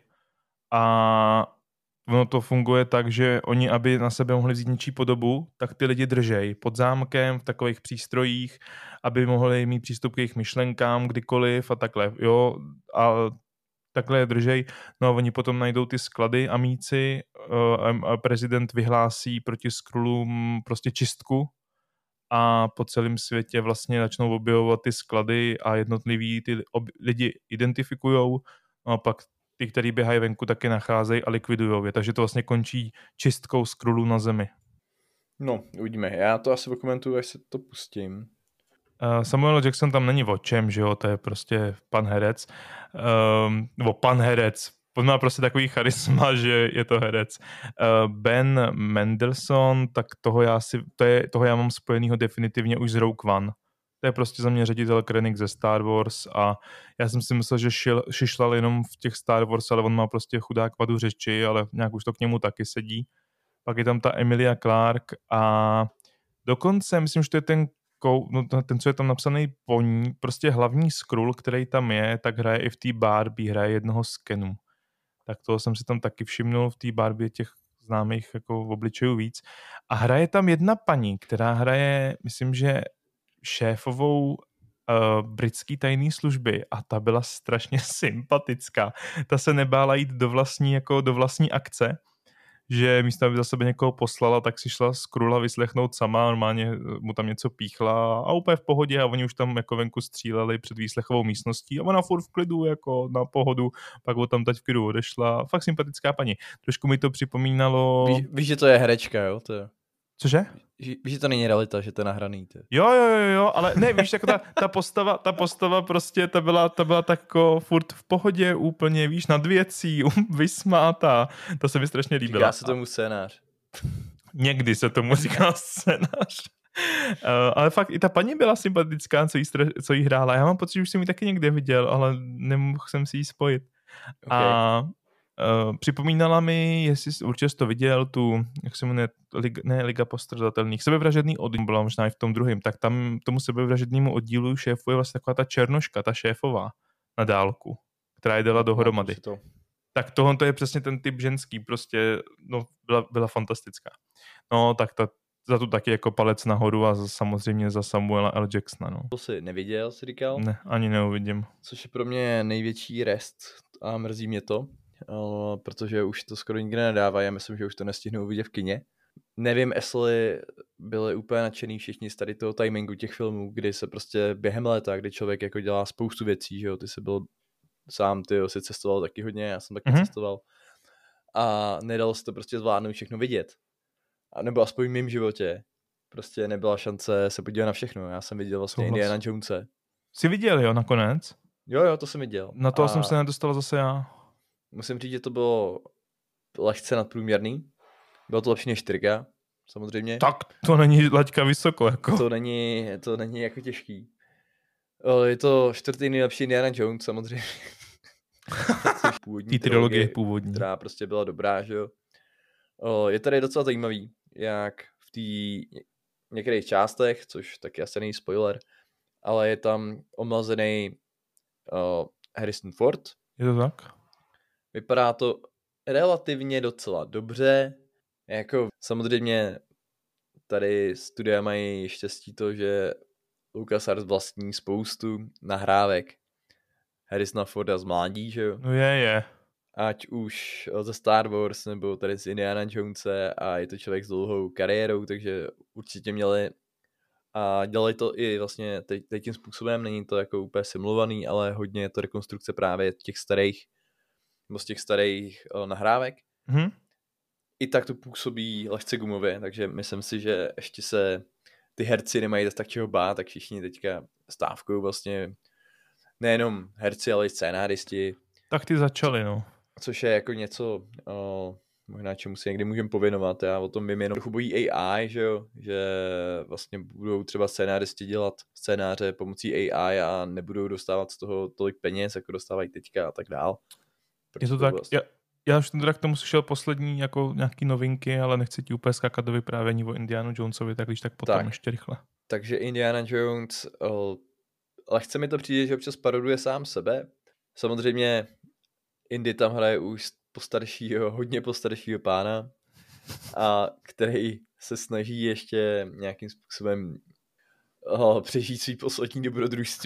a ono to funguje tak, že oni, aby na sebe mohli vzít něčí podobu, tak ty lidi držej pod zámkem v takových přístrojích, aby mohli mít přístup k jejich myšlenkám kdykoliv a takhle, jo, a takhle je držej, no a oni potom najdou ty sklady amíci a prezident vyhlásí proti skrulům prostě čistku a po celém světě vlastně začnou objevovat ty sklady a jednotliví ty lidi identifikujou, no a pak ty, který běhají venku, taky nacházejí a likvidujou je, takže to vlastně končí čistkou skrulů na zemi. No, uvidíme. Já to asi dokumentuju, až se to pustím. Samuel Jackson tam není o čem, že jo, to je prostě pan herec. Nebo pan herec. On má prostě takový charisma, že je to herec. Ben Mendelsohn, tak toho já mám spojenýho definitivně už z Rogue One. To je prostě za mě ředitel Krennic ze Star Wars a já jsem si myslel, že šišlal jenom v těch Star Wars, ale on má prostě chudák vadu řeči, ale nějak už to k němu taky sedí. Pak je tam ta Emilia Clarke a dokonce myslím, že to je ten, co je tam napsaný po ní, prostě hlavní Skrull, který tam je, tak hraje i v té Barbie, hraje jednoho z Kenů. Tak toho jsem si tam taky všimnul, v té Barbie těch známých jako obličejů víc. A hraje tam jedna paní, která hraje, myslím, že šéfovou britský tajné služby a ta byla strašně sympatická. Ta se nebála jít do vlastní akce, že místo aby za sebe někoho poslala, tak si šla z Krula vyslechnout sama, normálně mu tam něco píchla a úplně v pohodě a oni už tam jako venku stříleli před výslechovou místností a ona furt v klidu, jako na pohodu, pak o tam teď v klidu odešla. Fakt sympatická paní. Trošku mi to připomínalo... Víš, že to je herečka, jo? To je... Cože? Víš, že to není realita, že to je nahraný. To je... Jo, ale ne, víš, jako ta postava prostě, ta byla tak jako furt v pohodě úplně, víš, nad věcí, vysmátá. To se mi strašně líbilo. Říká se tomu scénář. Někdy se tomu říká scénář. Ale fakt i ta paní byla sympatická, co jí hrála. Já mám pocit, že už jsem ji taky někde viděl, ale nemohl jsem si ji spojit. Okay. A připomínala mi, jestli jsi určitě to viděl, tu, jak se jmenuje, Liga postradatelných, sebevražedný oddíl, byla možná i v tom druhém, tak tam tomu sebevražednému oddílu šéfuje vlastně taková ta černoška, ta šéfová na dálku, která je dala dohromady. Tak tohle to je přesně ten typ ženský, prostě, no, byla fantastická. No, tak za to taky jako palec nahoru a samozřejmě za Samuela L. Jacksona, no. To jsi neviděl, jsi říkal? Ne, ani neuvidím. Což je pro mě největší rest a mrzí mě to, protože už to skoro nikdy nedávají, já myslím, že už to nestihnu uvidět v kině. Nevím, jestli byli úplně nadšený všichni z tady toho timingu těch filmů, kdy se prostě během léta, kdy člověk jako dělá spoustu věcí, že jo, ty jsi byl sám, ty jsi cestoval taky hodně, já jsem taky cestoval a nedalo se to prostě zvládnout všechno vidět. A nebo aspoň v mém životě prostě nebyla šance se podívat na všechno. Já jsem viděl vlastně Indiana Jonese. Jsi viděl, jo, nakonec? Jo, to jsem viděl. Na to jsem se nedostal zase já. Musím říct, že to bylo lehce nadprůměrný. Bylo to lepší než 4K, samozřejmě. Tak to není laťka vysoko, jako. To není jako těžký. Je to 4. nejlepší Indiana Jones, samozřejmě. Té trilogie původní. Která prostě byla dobrá, že jo. Je tady docela zajímavý, jak v té některých částech, což taky asi není spoiler, ale je tam omlazený Harrison Ford. Je to tak? Vypadá to relativně docela dobře. Jako samozřejmě tady studia mají štěstí to, že LucasArts vlastní spoustu nahrávek Harrisona Forda z mládí, že jo? No je. Ať už ze Star Wars nebo tady z Indiana Jonese a je to člověk s dlouhou kariérou, takže určitě měli a dělali to i vlastně teď tím způsobem, není to jako úplně simulovaný, ale hodně je to rekonstrukce právě těch starých nahrávek. I tak to působí lehce gumově, takže myslím si, že ještě se ty herci nemají tak čeho bát, tak všichni teďka stávkou vlastně nejenom herci, ale i scénáristi. Tak ty začali, no. Což je jako něco, možná čemu si někdy můžeme pověnovat. Já o tom vím jenom trochu bojí AI, že jo? Že vlastně budou třeba scénáristi dělat scénáře pomocí AI a nebudou dostávat z toho tolik peněz, jako dostávají teďka a tak dál. Je to tak, vlastně... já už teda k tomu slyšel poslední jako nějaký novinky, ale nechci ti úplně skákat do vyprávění o Indianu Jonesovi, tak když tak potom ještě rychle. Takže Indiana Jones, lehce mi to přijde, že občas paroduje sám sebe. Samozřejmě Indy tam hraje už hodně postaršího pána, a který se snaží ještě nějakým způsobem přežít svý poslední dobrodružství.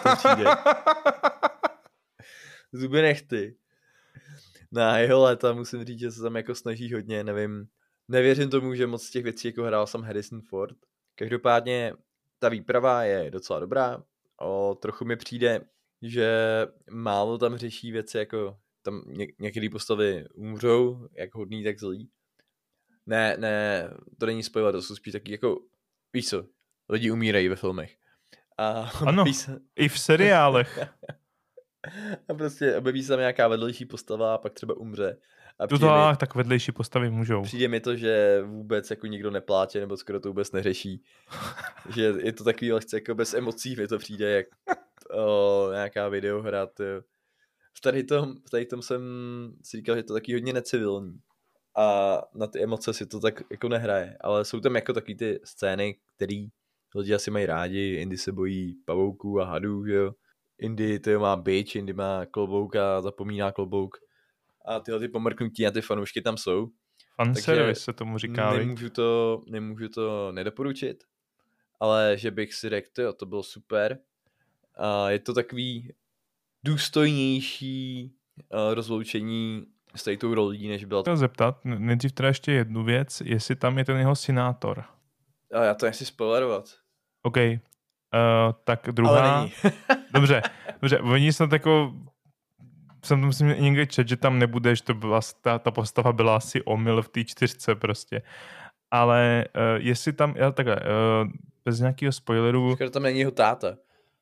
Zuby nechty. Na jeho léta musím říct, že se tam jako snaží hodně, nevím. Nevěřím tomu, že moc z těch věcí jako hrál sam Harrison Ford. Každopádně ta výprava je docela dobrá. Trochu mi přijde, že málo tam řeší věci jako tam některé postavy umřou, jak hodný, tak zlý. Ne, to není spoiler, to jsou spíš taky jako, víš co, lidi umírají ve filmech. Ano, i v seriálech. A prostě objeví se tam nějaká vedlejší postava a pak třeba umře. A tak vedlejší postavy můžou. Přijde mi to, že vůbec jako nikdo nepláče, nebo skoro to vůbec neřeší. Že je to takový lehce jako bez emocí, mi to přijde jak nějaká videohra. V tady tom jsem si říkal, že je to taky hodně necivilní. A na ty emoce si to tak jako nehraje. Ale jsou tam jako taky ty scény, které lidi asi mají rádi. Indy se bojí pavouků a hadů, že jo. Indy to má bič, Indy má klobouk a zapomíná klobouk. A tyhle ty pomrknutí a ty fanoušky tam jsou. Fanservice se tomu říká. Nemůžu to nedoporučit, ale že bych si řekl, to bylo super. A je to takový důstojnější rozloučení Stojí tou rolí, než byl. Chtěl zeptat, nejdřív teda ještě jednu věc, jestli tam je ten jeho senátor. Ale já to nechci spoilerovat. OK, tak druhá... Ale není. Dobře, oni snad jako... Jsem to myslím někde čet, že tam nebudeš, to byla, ta postava byla asi omyl v té 4 prostě. Ale jestli tam, bez nějakého spoileru... Škoda, tam není jeho táta.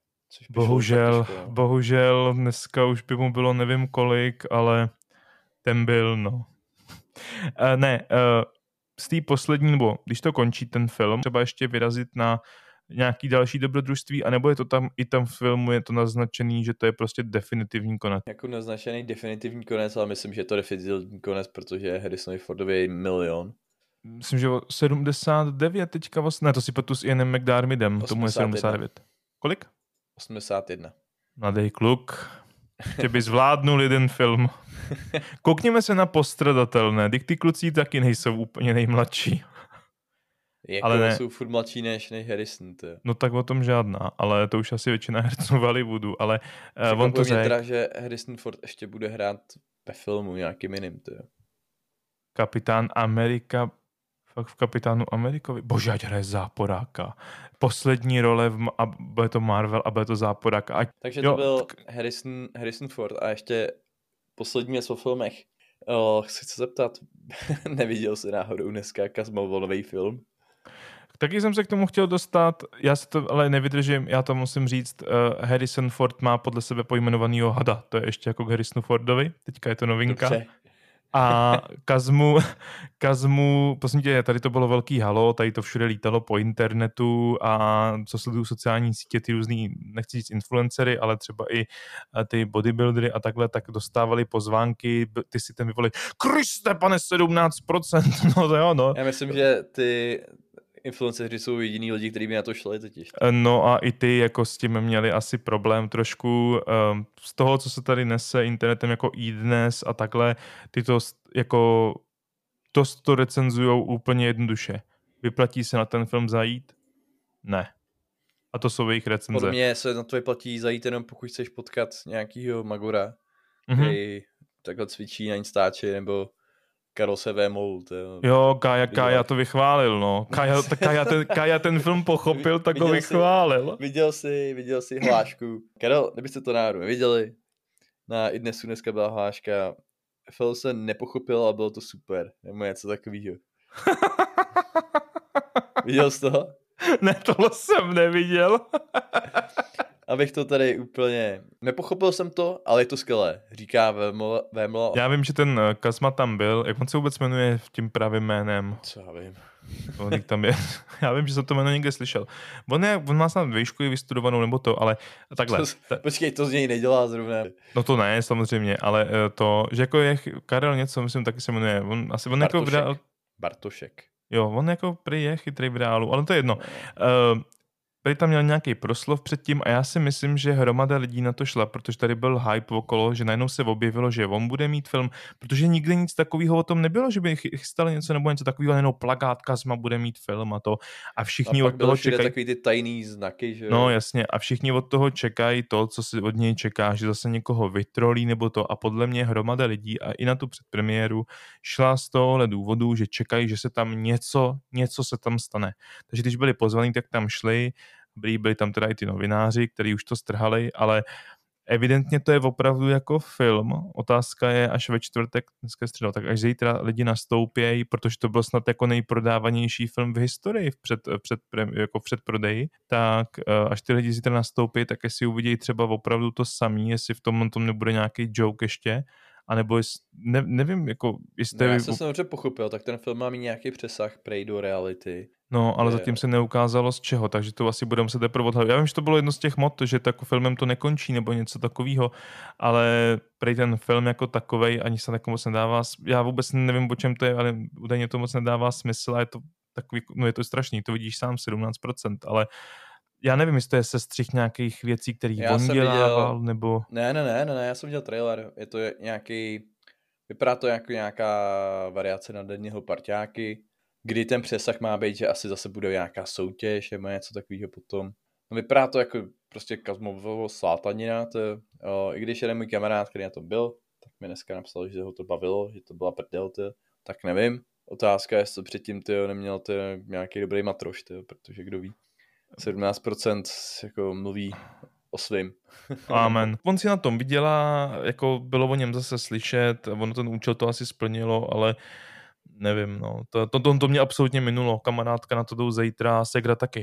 Bohužel, dneska už by mu bylo nevím kolik, ale ten byl, no. Z té poslední, nebo když to končí ten film, třeba ještě vyrazit na nějaký další dobrodružství, anebo je to tam v filmu je to naznačený, že to je prostě definitivní konec. Jako naznačený definitivní konec, ale myslím, že je to definitivní konec, protože Harrisonovi Fordovi je 1 milion. Myslím, že 79 teďka vlastně, ne, to si potu s Ianem McDermottem, tomu je 79. Kolik? 81. Mladý kluk, tě by zvládnul jeden film. Koukněme se na Postradatelné, ty kluci taky nejsou úplně nejmladší. Jako ale ne. Jsou furt mladší než Harrison, to je. No tak o tom žádná, ale to už asi většina herců v Hollywoodu, ale on to řekl. Teda, že Harrison Ford ještě bude hrát ve filmu nějakým jiným, to je. Kapitán Amerika, fakt v Kapitánu Amerikovi, bože, ať hraje záporáka. Poslední role, a bude to Marvel a bude to záporáka. Takže to byl Harrison Ford a ještě poslední věc o filmech. Chci se zeptat, neviděl jsi náhodou dneska Kazmov nový film? Taky jsem se k tomu chtěl dostat, já se to ale nevydržím, já to musím říct, Harrison Ford má podle sebe pojmenovanýho hada, to je ještě jako k Harrisonu Fordovi, teďka je to novinka. Dobře. A Kazmu, prosím tě, tady to bylo velký halo, tady to všude lítalo po internetu a co sledují sociální sítě, ty různý, nechci říct influencery, ale třeba i ty bodybuildery a takhle, tak dostávali pozvánky, ty si ten vyvolili, Kriste, pane, 17%, no to jo, no. Já myslím, že ty influenceři jsou jediný lidi, kteří by na to šli totiž. No a i ty jako s tím měli asi problém trošku z toho, co se tady nese internetem jako iDnes a takhle, ty to jako to recenzujou úplně jednoduše. Vyplatí se na ten film zajít? Ne. A to jsou jejich recenze. Podle mě se na to vyplatí zajít jenom pokud chceš potkat nějakýho magora, který takhle cvičí na Instači, nebo Karol se vémol. Jo, Kája to vychválil, no. Kája ten film pochopil, tak ho vychválil. Viděl jsi hlášku. Karol, kdybyste to náhodou neviděli, na iDnesu dneska byla hláška, film se nepochopil a bylo to super. Nebo něco takovýho. Viděl jsi to? Ne, tohle jsem neviděl. Abych to tady úplně... Nepochopil jsem to, ale je to skvělé. Říká Vémlo. Já vím, že ten Kazma tam byl. Jak on se vůbec jmenuje tím pravým jménem? Co já vím. On tam je. Já vím, že jsem to jméno někde slyšel. On má snad výšku vystudovanou nebo to, ale takhle. Počkej, to z něj nedělá zrovna. No to ne, samozřejmě, ale to, že jako je Karel něco, myslím, taky se jmenuje. On Bartošek. jako Bartošek. Jo, on jako prý je chytrý v reálu, ale to je jedno. Prý tam měl nějaký proslov předtím a já si myslím, že hromada lidí na to šla, protože tady byl hype okolo, že najednou se objevilo, že on bude mít film, protože nikdy nic takového o tom nebylo, že by chystali něco nebo něco takového, jenom plakát Kazma bude mít film a to. A všichni od toho čekají. Takový ty tajný znaky, že jo? No jasně, a všichni od toho čekají to, co si od něj čeká, že zase někoho vytrolí nebo to. A podle mě hromada lidí a i na tu předpremiéru šla z tohohle důvodu, že čekají, že se tam něco se tam stane. Takže když byli pozvaní, tak tam šli. Byli tam teda i ty novináři, kteří už to strhali, ale evidentně to je opravdu jako film. Otázka je až ve čtvrtek, dneska je středa, tak až zítra lidi nastoupějí, protože to byl snad jako nejprodávanější film v historii v předprodeji, tak až ty lidi zítra nastoupí, tak jestli uvidějí třeba opravdu to samý, jestli v tom nebude nějaký joke ještě, anebo nevím, jako... No, já jsem dobře pochopil, tak ten film má mít nějaký přesah prej do reality. No, ale zatím se neukázalo z čeho, takže to asi budeme se teprve odhalit. Já vím, že to bylo jedno z těch mod, že tak filmem to nekončí nebo něco takového, ale prej ten film jako takovej ani se tak moc nedává, já vůbec nevím, o čem to je, ale údajně to moc nedává smysl a je to takový, no je to strašný, to vidíš sám 17%, ale já nevím, jestli to je sestřih nějakých věcí, který on dělával, nebo... Ne, já jsem viděl trailer, je to nějaký, vypadá to jako nějaká variace na denního parťáky, kdy ten přesah má být, že asi zase bude nějaká soutěž, nebo něco takového potom. No vypadá to jako prostě Kazmovo slátanina, i když jeden můj kamarád, který na tom byl, tak mi dneska napsal, že ho to bavilo, že to byla prdel, tyjo. Tak nevím. Otázka je, jestli předtím tyjo, neměl tyjo, nějaký dobrý matroš, tyjo, protože kdo ví. 17% jako mluví o svým. Amen. On si na tom vydělá, jako bylo o něm zase slyšet, ono ten účel to asi splnilo, ale nevím, no. To mě absolutně minulo. Kamarádka na to jdou zítra, Segra taky.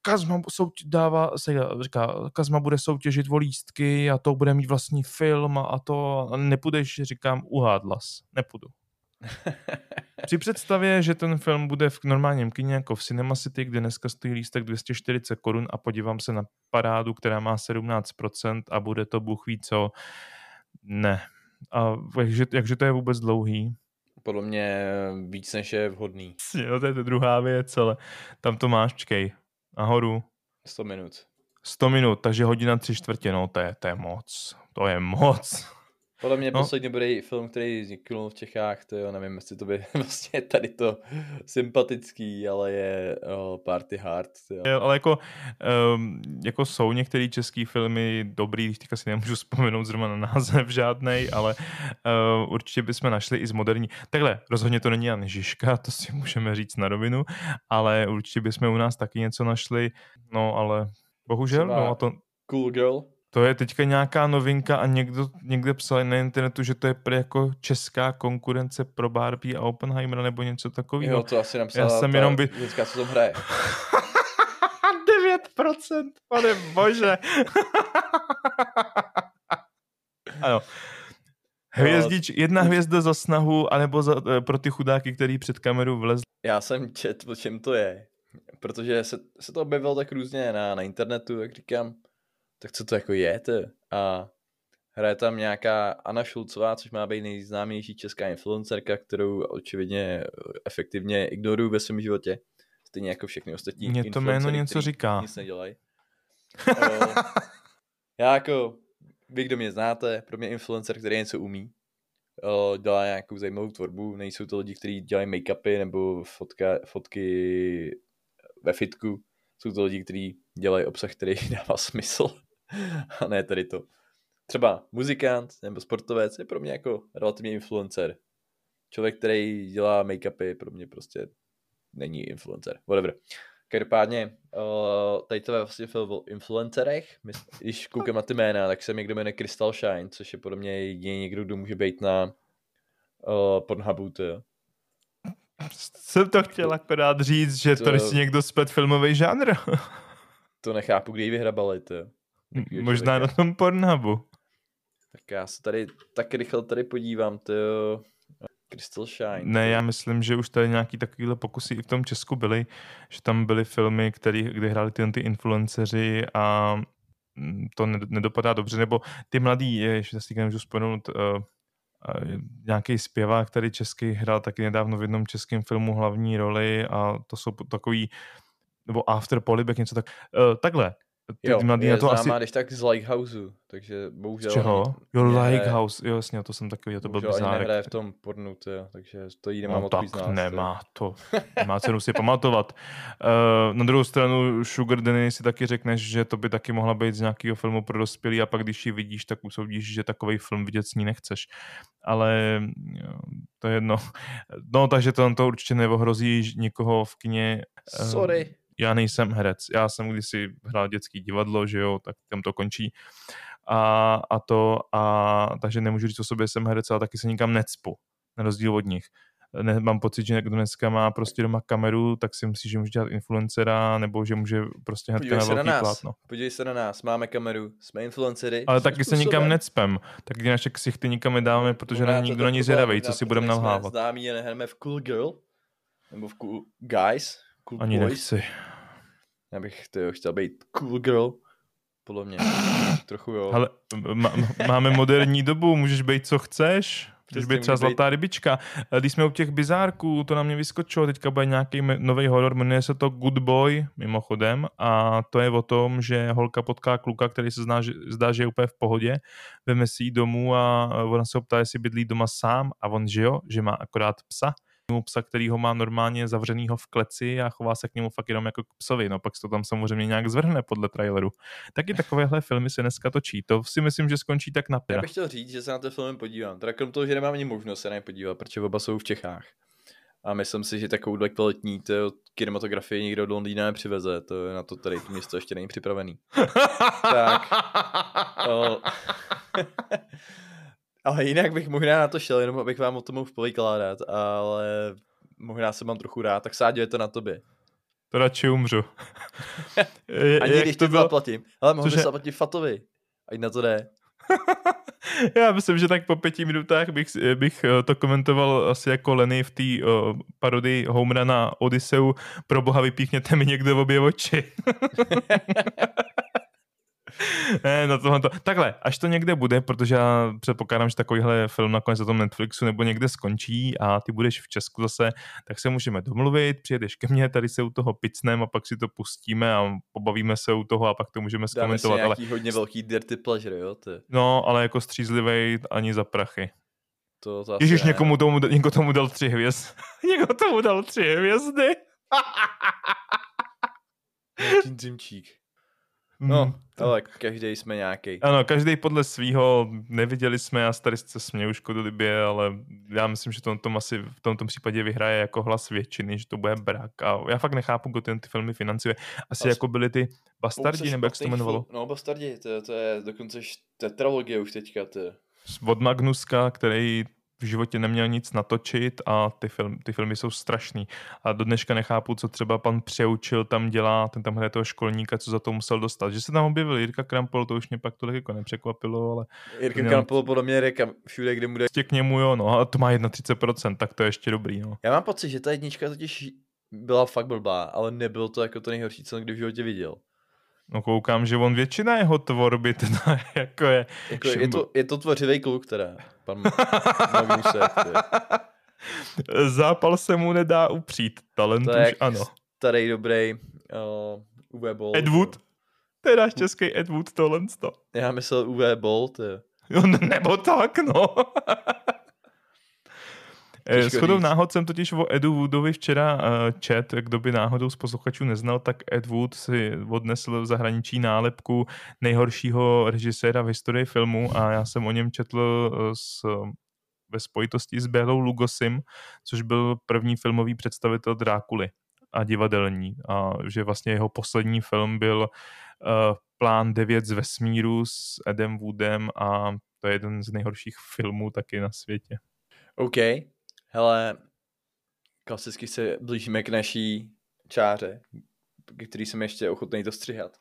Kazma bude soutěžit o lístky a to bude mít vlastní film a to a nepůjdeš, říkám, uhádlas. Nepůjdu. Při představě, že ten film bude v normálním kině jako v Cinema City, kde dneska stojí lístek 240 korun a podívám se na parádu, která má 17% a bude to Bůh ví co. Ne. A jakže to je vůbec dlouhý? Podle mě víc než je vhodný. Jo, to je ta druhá věc, ale tam to máš, čkej. Nahoru. 100 minut. 100 minut, takže hodina 3/4, no to je moc. To je moc. Podle mě posledně bude film, který vzniknul v Čechách, to jo, nevím, jestli to by vlastně tady to sympatický, ale je Party Hard. Jo, ale jako jsou některé české filmy dobrý, když teďka si nemůžu vzpomenout zrovna na název žádnej, ale určitě bychom našli i z moderní. Takhle, rozhodně to není Jan Žižka, to si můžeme říct na rovinu, ale určitě bychom u nás taky něco našli, no ale bohužel, no a to... Cool Girl. To je teďka nějaká novinka a někde psal na internetu, že to je jako česká konkurence pro Barbie a Oppenheimera nebo něco takového. Jo, to asi napsala Já jsem jenom lidská, co tam hraje. 9%, pane bože. Ano. Jedna hvězda za snahu, anebo pro ty chudáky, který před kameru vlezli. Já jsem četl, o čem to je. Protože se to objevilo tak různě na internetu, jak říkám, tak co to jako je, to? A hraje tam nějaká Anna Šulcová, což má být nejznámější česká influencerka, kterou očividně efektivně ignoruju ve svém životě. Stejně jako všechny ostatní Mně to jméno něco říká. Nic nedělají. Já jako, vy, kdo mě znáte, pro mě influencer, který něco umí, dělá nějakou zajímavou tvorbu, nejsou to lidi, kteří dělají make-upy nebo fotky ve fitku, jsou to lidi, kteří dělají obsah, který dává smysl. A ne tady to. Třeba muzikant nebo sportovec je pro mě jako relativně influencer. Člověk, který dělá make-upy, pro mě prostě není influencer. Whatever. Každopádně, tady to je vlastně film o influencerech. Když koukám na ty jména, tak se někdo jmenuje Crystal Shine, což je podle mě jedině někdo, kdo může být na Pornhubu. Jsem to chtěl akorát říct, že to si někdo splet filmový žánr. To nechápu, kdy ji vyhrabali. Možná na tom Pornhubu. Tak já se tady tak rychle podívám, to Crystal Shine. Ne, já myslím, že už tady nějaký takovýhle pokusy i v tom Česku byly, že tam byly filmy, kde hráli ty influenceři a to nedopadá dobře, nebo ty mladý, ještě si nemůžu vzpomenout, nějaký zpěvák, který český hrál taky nedávno v jednom českém filmu hlavní roli a to jsou takový, nebo After Polybek, něco tak. Takhle. Jo, je známá, když tak z Lighthouseu, takže bohužel... Z čeho? Jo, Lighthouse, jo, jasně, to jsem takový, to byl bizárek. Bohužel ani nehraje v tom pornu, takže to jí nemám odpovídat. Tak nemá cenu si pamatovat. Na druhou stranu Sugar Danny si taky řekneš, že to by taky mohla být z nějakého filmu pro dospělý a pak když ji vidíš, tak usoudíš, že takovej film vidět s ní nechceš. Ale to je jedno. No, takže to určitě neohrozí nikoho v kině. Sorry. Já nejsem herec. Já jsem kdysi hrál dětský divadlo, že jo, tak tam to končí. Takže nemůžu říct o sobě, jsem herec, ale taky se nikam necpu, na rozdíl od nich. Mám pocit, že kdo dneska má prostě doma kameru, tak si myslí, že může dělat influencera, nebo že může prostě hnedka na velký plátno. Podívej se na nás, máme kameru, jsme influencery. Ale taky se nikam necpem. Tak naše ksichty nikam nedáme, protože na nikdo není zvědavej, co si budeme nalhávat. Známí a nehrajeme v Cool Girl, nebo v Cool Guys. Cool Ani boys. nechci. Já bych chtěl být cool girl. Podle mě. Trochu jo. Ale máme moderní dobu, můžeš být co chceš. Můžeš být třeba zlatá rybička. Když jsme u těch bizárků, to na mě vyskočilo, teďka bude nějaký nový horor, jmenuje se to Good Boy, mimochodem, a to je o tom, že holka potká kluka, který se zdá, že je úplně v pohodě, veme si ji domů a ona se optá, jestli bydlí doma sám a on, že jo, že má akorát psa. psa, který ho má normálně zavřenýho v kleci a chová se k němu fakt jenom jako k psovi, no pak se to tam samozřejmě nějak zvrhne podle traileru. Taky takovéhle filmy se dneska točí, to si myslím, že skončí tak na Já bych chtěl říct, že se na ten film podívám, teda krom toho, že nemám ani možnost se na ně podívat, protože oba jsou v Čechách. A myslím si, že takovouhle kvalitní kinematografii nikdo do Londýna nepřiveze, to je na to tady to město ještě není připravený. Tak. Ale jinak bych možná na to šel, jenom abych vám o tom mohl povykládat, ale možná se mám trochu rád, tak Sáďo, je to na tobě. To radši umřu. Ani když to zaplatím. Ale mohl bys zaplatit Fatovi, ať na to jde. Já myslím, že tak po 5 minutách bych to komentoval asi jako Lenny v té parodii Homerana Odysseu. Pro boha, vypíchněte mi někdo v obě oči. Ne, no tohle to. Takhle, až to někde bude, protože já předpokládám, že takovýhle film nakonec na tom Netflixu nebo někde skončí a ty budeš v Česku zase, tak se můžeme domluvit, přijedeš ke mně, tady se u toho picnem a pak si to pustíme a pobavíme se u toho a pak to můžeme zkomentovat. Dáme si nějaký hodně velký dirty pleasure, jo? Ty. No, ale jako střízlivej ani za prachy. To Ježiš, někdo tomu dal 3 hvězdy. Někdo tomu dal 3 hvězdy. Nějaký dřimčík. No, ale každý jsme nějaký. Ano, každý podle svýho, neviděli jsme, já tady se směju škodolibě, ale já myslím, že v tomto případě vyhraje jako hlas většiny, že to bude brak. A já fakt nechápu, kdo ty filmy financuje. Asi jako byly ty Bastardi, nebo jak se to jmenovalo? No, Bastardi, to je dokonce tetralogie už teďka. Od Magnuska, který v životě neměl nic natočit a ty filmy jsou strašný. A do dneška nechápu, co třeba pan Přeučil tam dělá, ten tam hraje toho školníka, co za to musel dostat. Že se tam objevil Jirka Krampol, to už mě pak tolik jako nepřekvapilo, ale... Jirka Krampol podle mě jde všude, kde mu jde. K němu, jo, no, a to má 31%, tak to je ještě dobrý, no. Já mám pocit, že ta jednička totiž byla fakt blbá, ale nebyl to jako to nejhorší, co kdy v životě viděl. No koukám, že on většina jeho tvorby teda jako je... Je to tvořivý kluk teda, pan Magnusek. Zápal se mu nedá upřít, talent už ano. Starý dobrý Uwe Boll. Ed Wood? To je náš český Ed Wood, tohle. Já myslel Uwe Boll, nebo tak, no. Shodou náhod jsem totiž o Edu Woodovi včera čet, kdo by náhodou z posluchačů neznal, tak Ed Wood si odnesl v zahraničí nálepku nejhoršího režiséra v historii filmu a já jsem o něm četl ve spojitosti s Bélou Lugosim, což byl první filmový představitel Drákuly a divadelní. A že vlastně jeho poslední film byl Plán 9 z vesmíru s Edem Woodem a to je jeden z nejhorších filmů taky na světě. OK. Hele, klasicky se blížíme k naší čáře, který jsem ještě ochotný to střihat.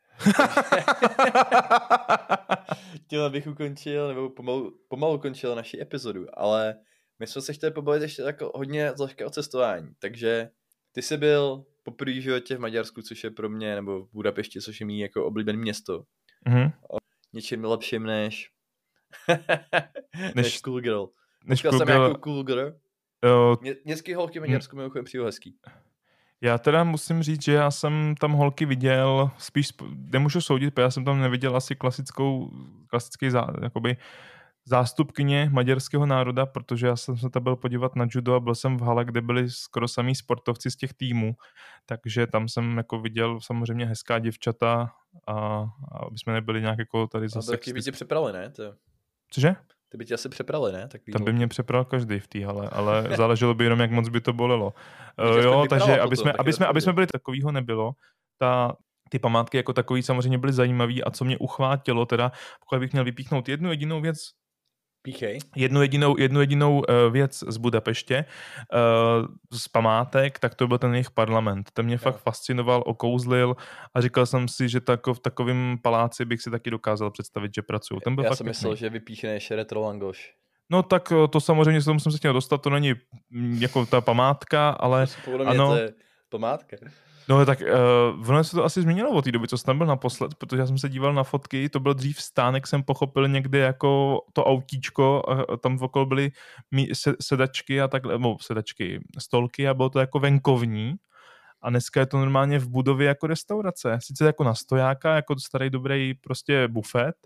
Chtěl bych ukončil, nebo pomalu ukončil naši epizodu, ale my jsme se chtěli pobavit ještě jako hodně zlehka o cestování, takže ty jsi byl poprvé v životě v Maďarsku, což je pro mě, nebo v Budapešti, což je mý jako oblíbené město. Mm-hmm. Něčím lepším než Cool Girl. Než Cool Girl. Jako Cool Girl. Městský holky v Maďarsku mimochodem přijel hezký. Já teda musím říct, že já jsem tam holky viděl, spíš nemůžu soudit, protože já jsem tam neviděl asi klasický zástupkyně maďarského národa, protože já jsem se tam byl podívat na judo a byl jsem v hale, kde byli skoro samý sportovci z těch týmů, takže tam jsem jako viděl samozřejmě hezká děvčata a aby jsme nebyli nějak jako tady zase... A taky by tě přeprali, ne? Cože? Ty by tě asi přeprali, ne? Tam by mě přepral každý v té hale, ale záleželo by jenom, jak moc by to bolelo. Jo, takže aby jsme byli takovýho nebylo, ty památky jako takový samozřejmě byly zajímavý a co mě uchvátilo teda, pokud bych měl vypíchnout jednu jedinou věc, jednu jedinou věc z Budapeště, z památek, tak to byl ten jejich parlament. Ten mě fakt fascinoval, okouzlil a říkal jsem si, že v takovém paláci bych si taky dokázal představit, že pracuju. Já jsem myslel, že vypíchneš Retro Langoš. No tak to samozřejmě, jsem se chtěl dostat, to není jako ta památka, ale ano. To je památka. No tak ono se to asi změnilo od té doby, co jsem tam byl naposled, protože já jsem se díval na fotky, to byl dřív stánek, jsem pochopil někde jako to autíčko a tam okolo byly sedačky a takhle, stolky a bylo to jako venkovní a dneska je to normálně v budově jako restaurace, sice jako na stojáka, jako starý dobrý prostě bufet,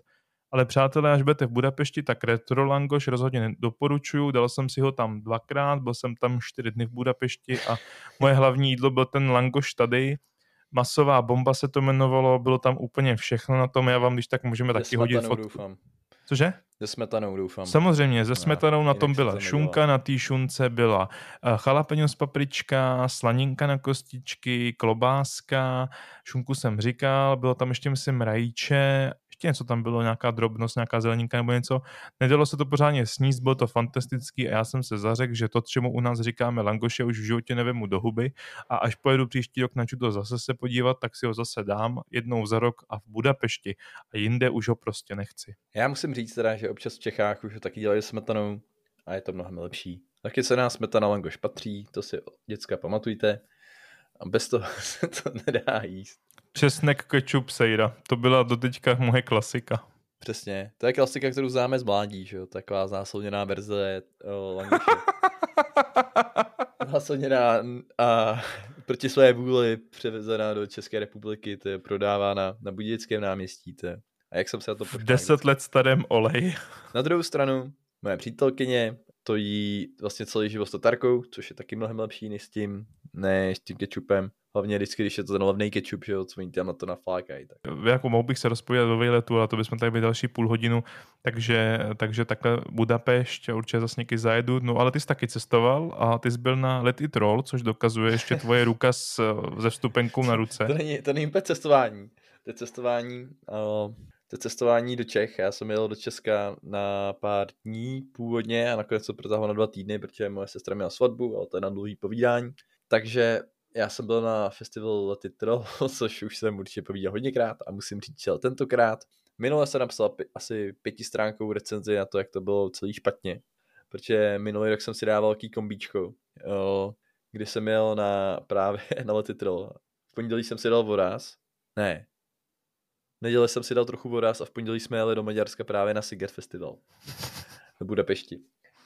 Ale přátelé, až budete v Budapešti, tak retro langoš rozhodně doporučuju. Dal jsem si ho tam 2krát, byl jsem tam 4 dny v Budapešti a moje hlavní jídlo byl ten langoš tady. Masová bomba se to jmenovalo, bylo tam úplně všechno na tom, já vám když tak můžeme taky hodit fotku. Doufám. Cože? Se smetanou doufám. Samozřejmě, se smetanou na tom jinak byla se to šunka, na té šunce byla jalapeňo z paprička, slaninka na kostičky, klobáska, šunku jsem říkal, bylo tam ještě myslím rajíče, ještě něco tam bylo, nějaká drobnost, nějaká zeleninka nebo něco. Nedalo se to pořádně sníst, bylo to fantastický a já jsem se zařekl, že to, čemu u nás říkáme langoše, už v životě nevemu do huby a až pojedu příští rok na Judo zase se podívat, tak si ho zase dám jednou za rok a v Budapešti a jinde už ho prostě nechci. Já musím říct teda, že občas v Čechách už ho taky dělají smetanou a je to mnohem lepší. Taky se nás smetana langoš patří, to si děcka pamatujte a bez toho se to nedá jíst. Česnek, kečup, sejra. To byla doteďka moje klasika. Přesně. To je klasika, kterou známe z mládí, že jo? Taková zásilněná verze langoše. Zásilněná a proti své vůli převezená do České republiky, to je prodávána na Budějickém náměstí. To je. A jak jsem se na to v 10 let starém olej. Na druhou stranu, moje přítelkyně to jí vlastně celý život s tatarkou, což je taky mnohem lepší než s tím kečupem. Hlavně vždycky, když je to ten levný kečup, že jo, co oni tam na to naflákají. Tak. Jako mohl bych se rozpovídat do vejletu, ale to bychom tady byli další půl hodinu, takže takhle Budapešť, určitě zase někdy zajedu. No ale ty jsi taky cestoval a ty jsi byl na Let It Roll, což dokazuje ještě tvoje ruka se vstupenkou na ruce. To není úplně cestování. To je cestování do Čech. Já jsem jel do Česka na pár dní původně a nakonec to protáhlo na 2 týdny, protože moje sestra měla svatbu, ale to je na dlouhý povídání. Takže já jsem byl na festivalu Let It Roll, což už jsem určitě povídal hodněkrát a musím říct, že tentokrát. Minule jsem napsal asi 5stránkovou recenzi na to, jak to bylo celý špatně, protože minulý rok jsem si dával velký kombíčko, kdy jsem jel právě na Let It Roll. V pondělí jsem si dal voraz, v neděli jsem si dal trochu voraz a v pondělí jsme jeli do Maďarska právě na Siget Festival do Budapešti.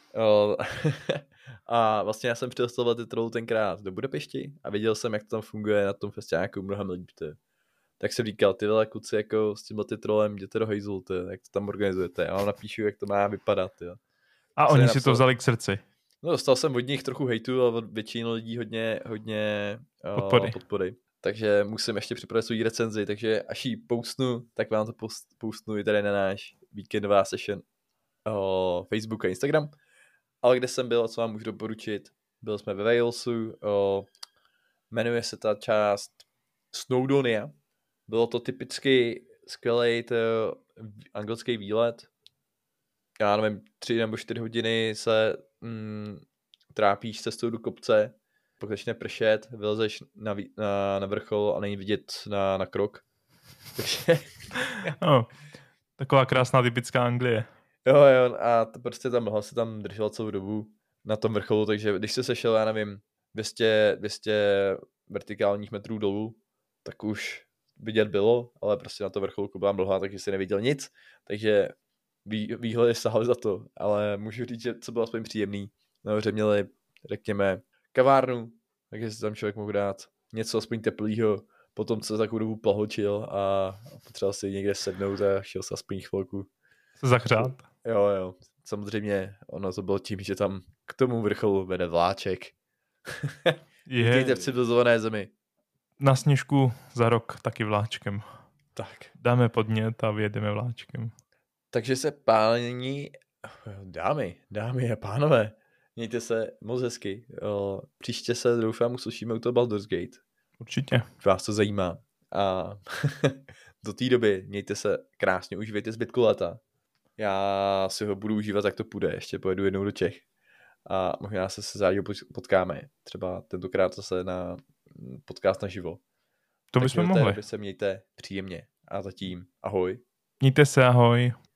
A vlastně já jsem přijel Let It Roll tenkrát do Budapešti a viděl jsem, jak to tam funguje na tom festiáku mnohem líp. Tak jsem říkal, ty vole kluci, jako s tím Let It Rollem jděte do hejzlu, jak to tam organizujete. Já vám napíšu, jak to má vypadat. A oni si to vzali k srdci. No, dostal jsem od nich trochu hejtu, ale od většiny lidí hodně podpory. Takže musím ještě připravit svou recenzi, takže až ji postnu, tak vám to postnu i tady na náš víkendová session Facebook a Instagram. Ale kde jsem byl, co vám můžu doporučit, byl jsme ve Walesu, jmenuje se ta část Snowdonia. Bylo to typicky skvělý anglický výlet. Já nevím, 3 nebo 4 hodiny se trápíš cestou do kopce, pak začne pršet, vylezeš na vrchol a není vidět na krok. Takže... taková krásná typická Anglie. Jo, a to prostě ta mlha se tam držela celou dobu na tom vrcholu, takže když se sešel, já nevím, 200 vertikálních metrů dolů, tak už vidět bylo, ale prostě na to vrcholu byla mlha, takže si neviděl nic, takže výhledy sahaly za to, ale můžu říct, že co bylo aspoň příjemný. Nahoře měli, řekněme, kavárnu, takže si tam člověk mohl dát něco aspoň teplýho, potom se takovou dobu plahočil a potřeboval si někde sednout a šel se aspoň chvilku zahřát. Jo. Samozřejmě ono to bylo tím, že tam k tomu vrcholu vede vláček. Vítejte v civilizované zemi. Na Sněžku za rok taky vláčkem. Tak. Dáme podnět a vyjedeme vláčkem. Takže se dámy a pánové, mějte se moc hezky. Příště se doufám uslyšíme u toho Baldur's Gate. Určitě. Vás to zajímá. A do té doby mějte se krásně, užívejte zbytku léta. Já si ho budu užívat, jak to půjde. Ještě pojedu jednou do Čech. A možná se zájmu potkáme. Třeba tentokrát zase na podcast naživo. To bychom mohli. Se mějte příjemně. A zatím ahoj. Mějte se, ahoj.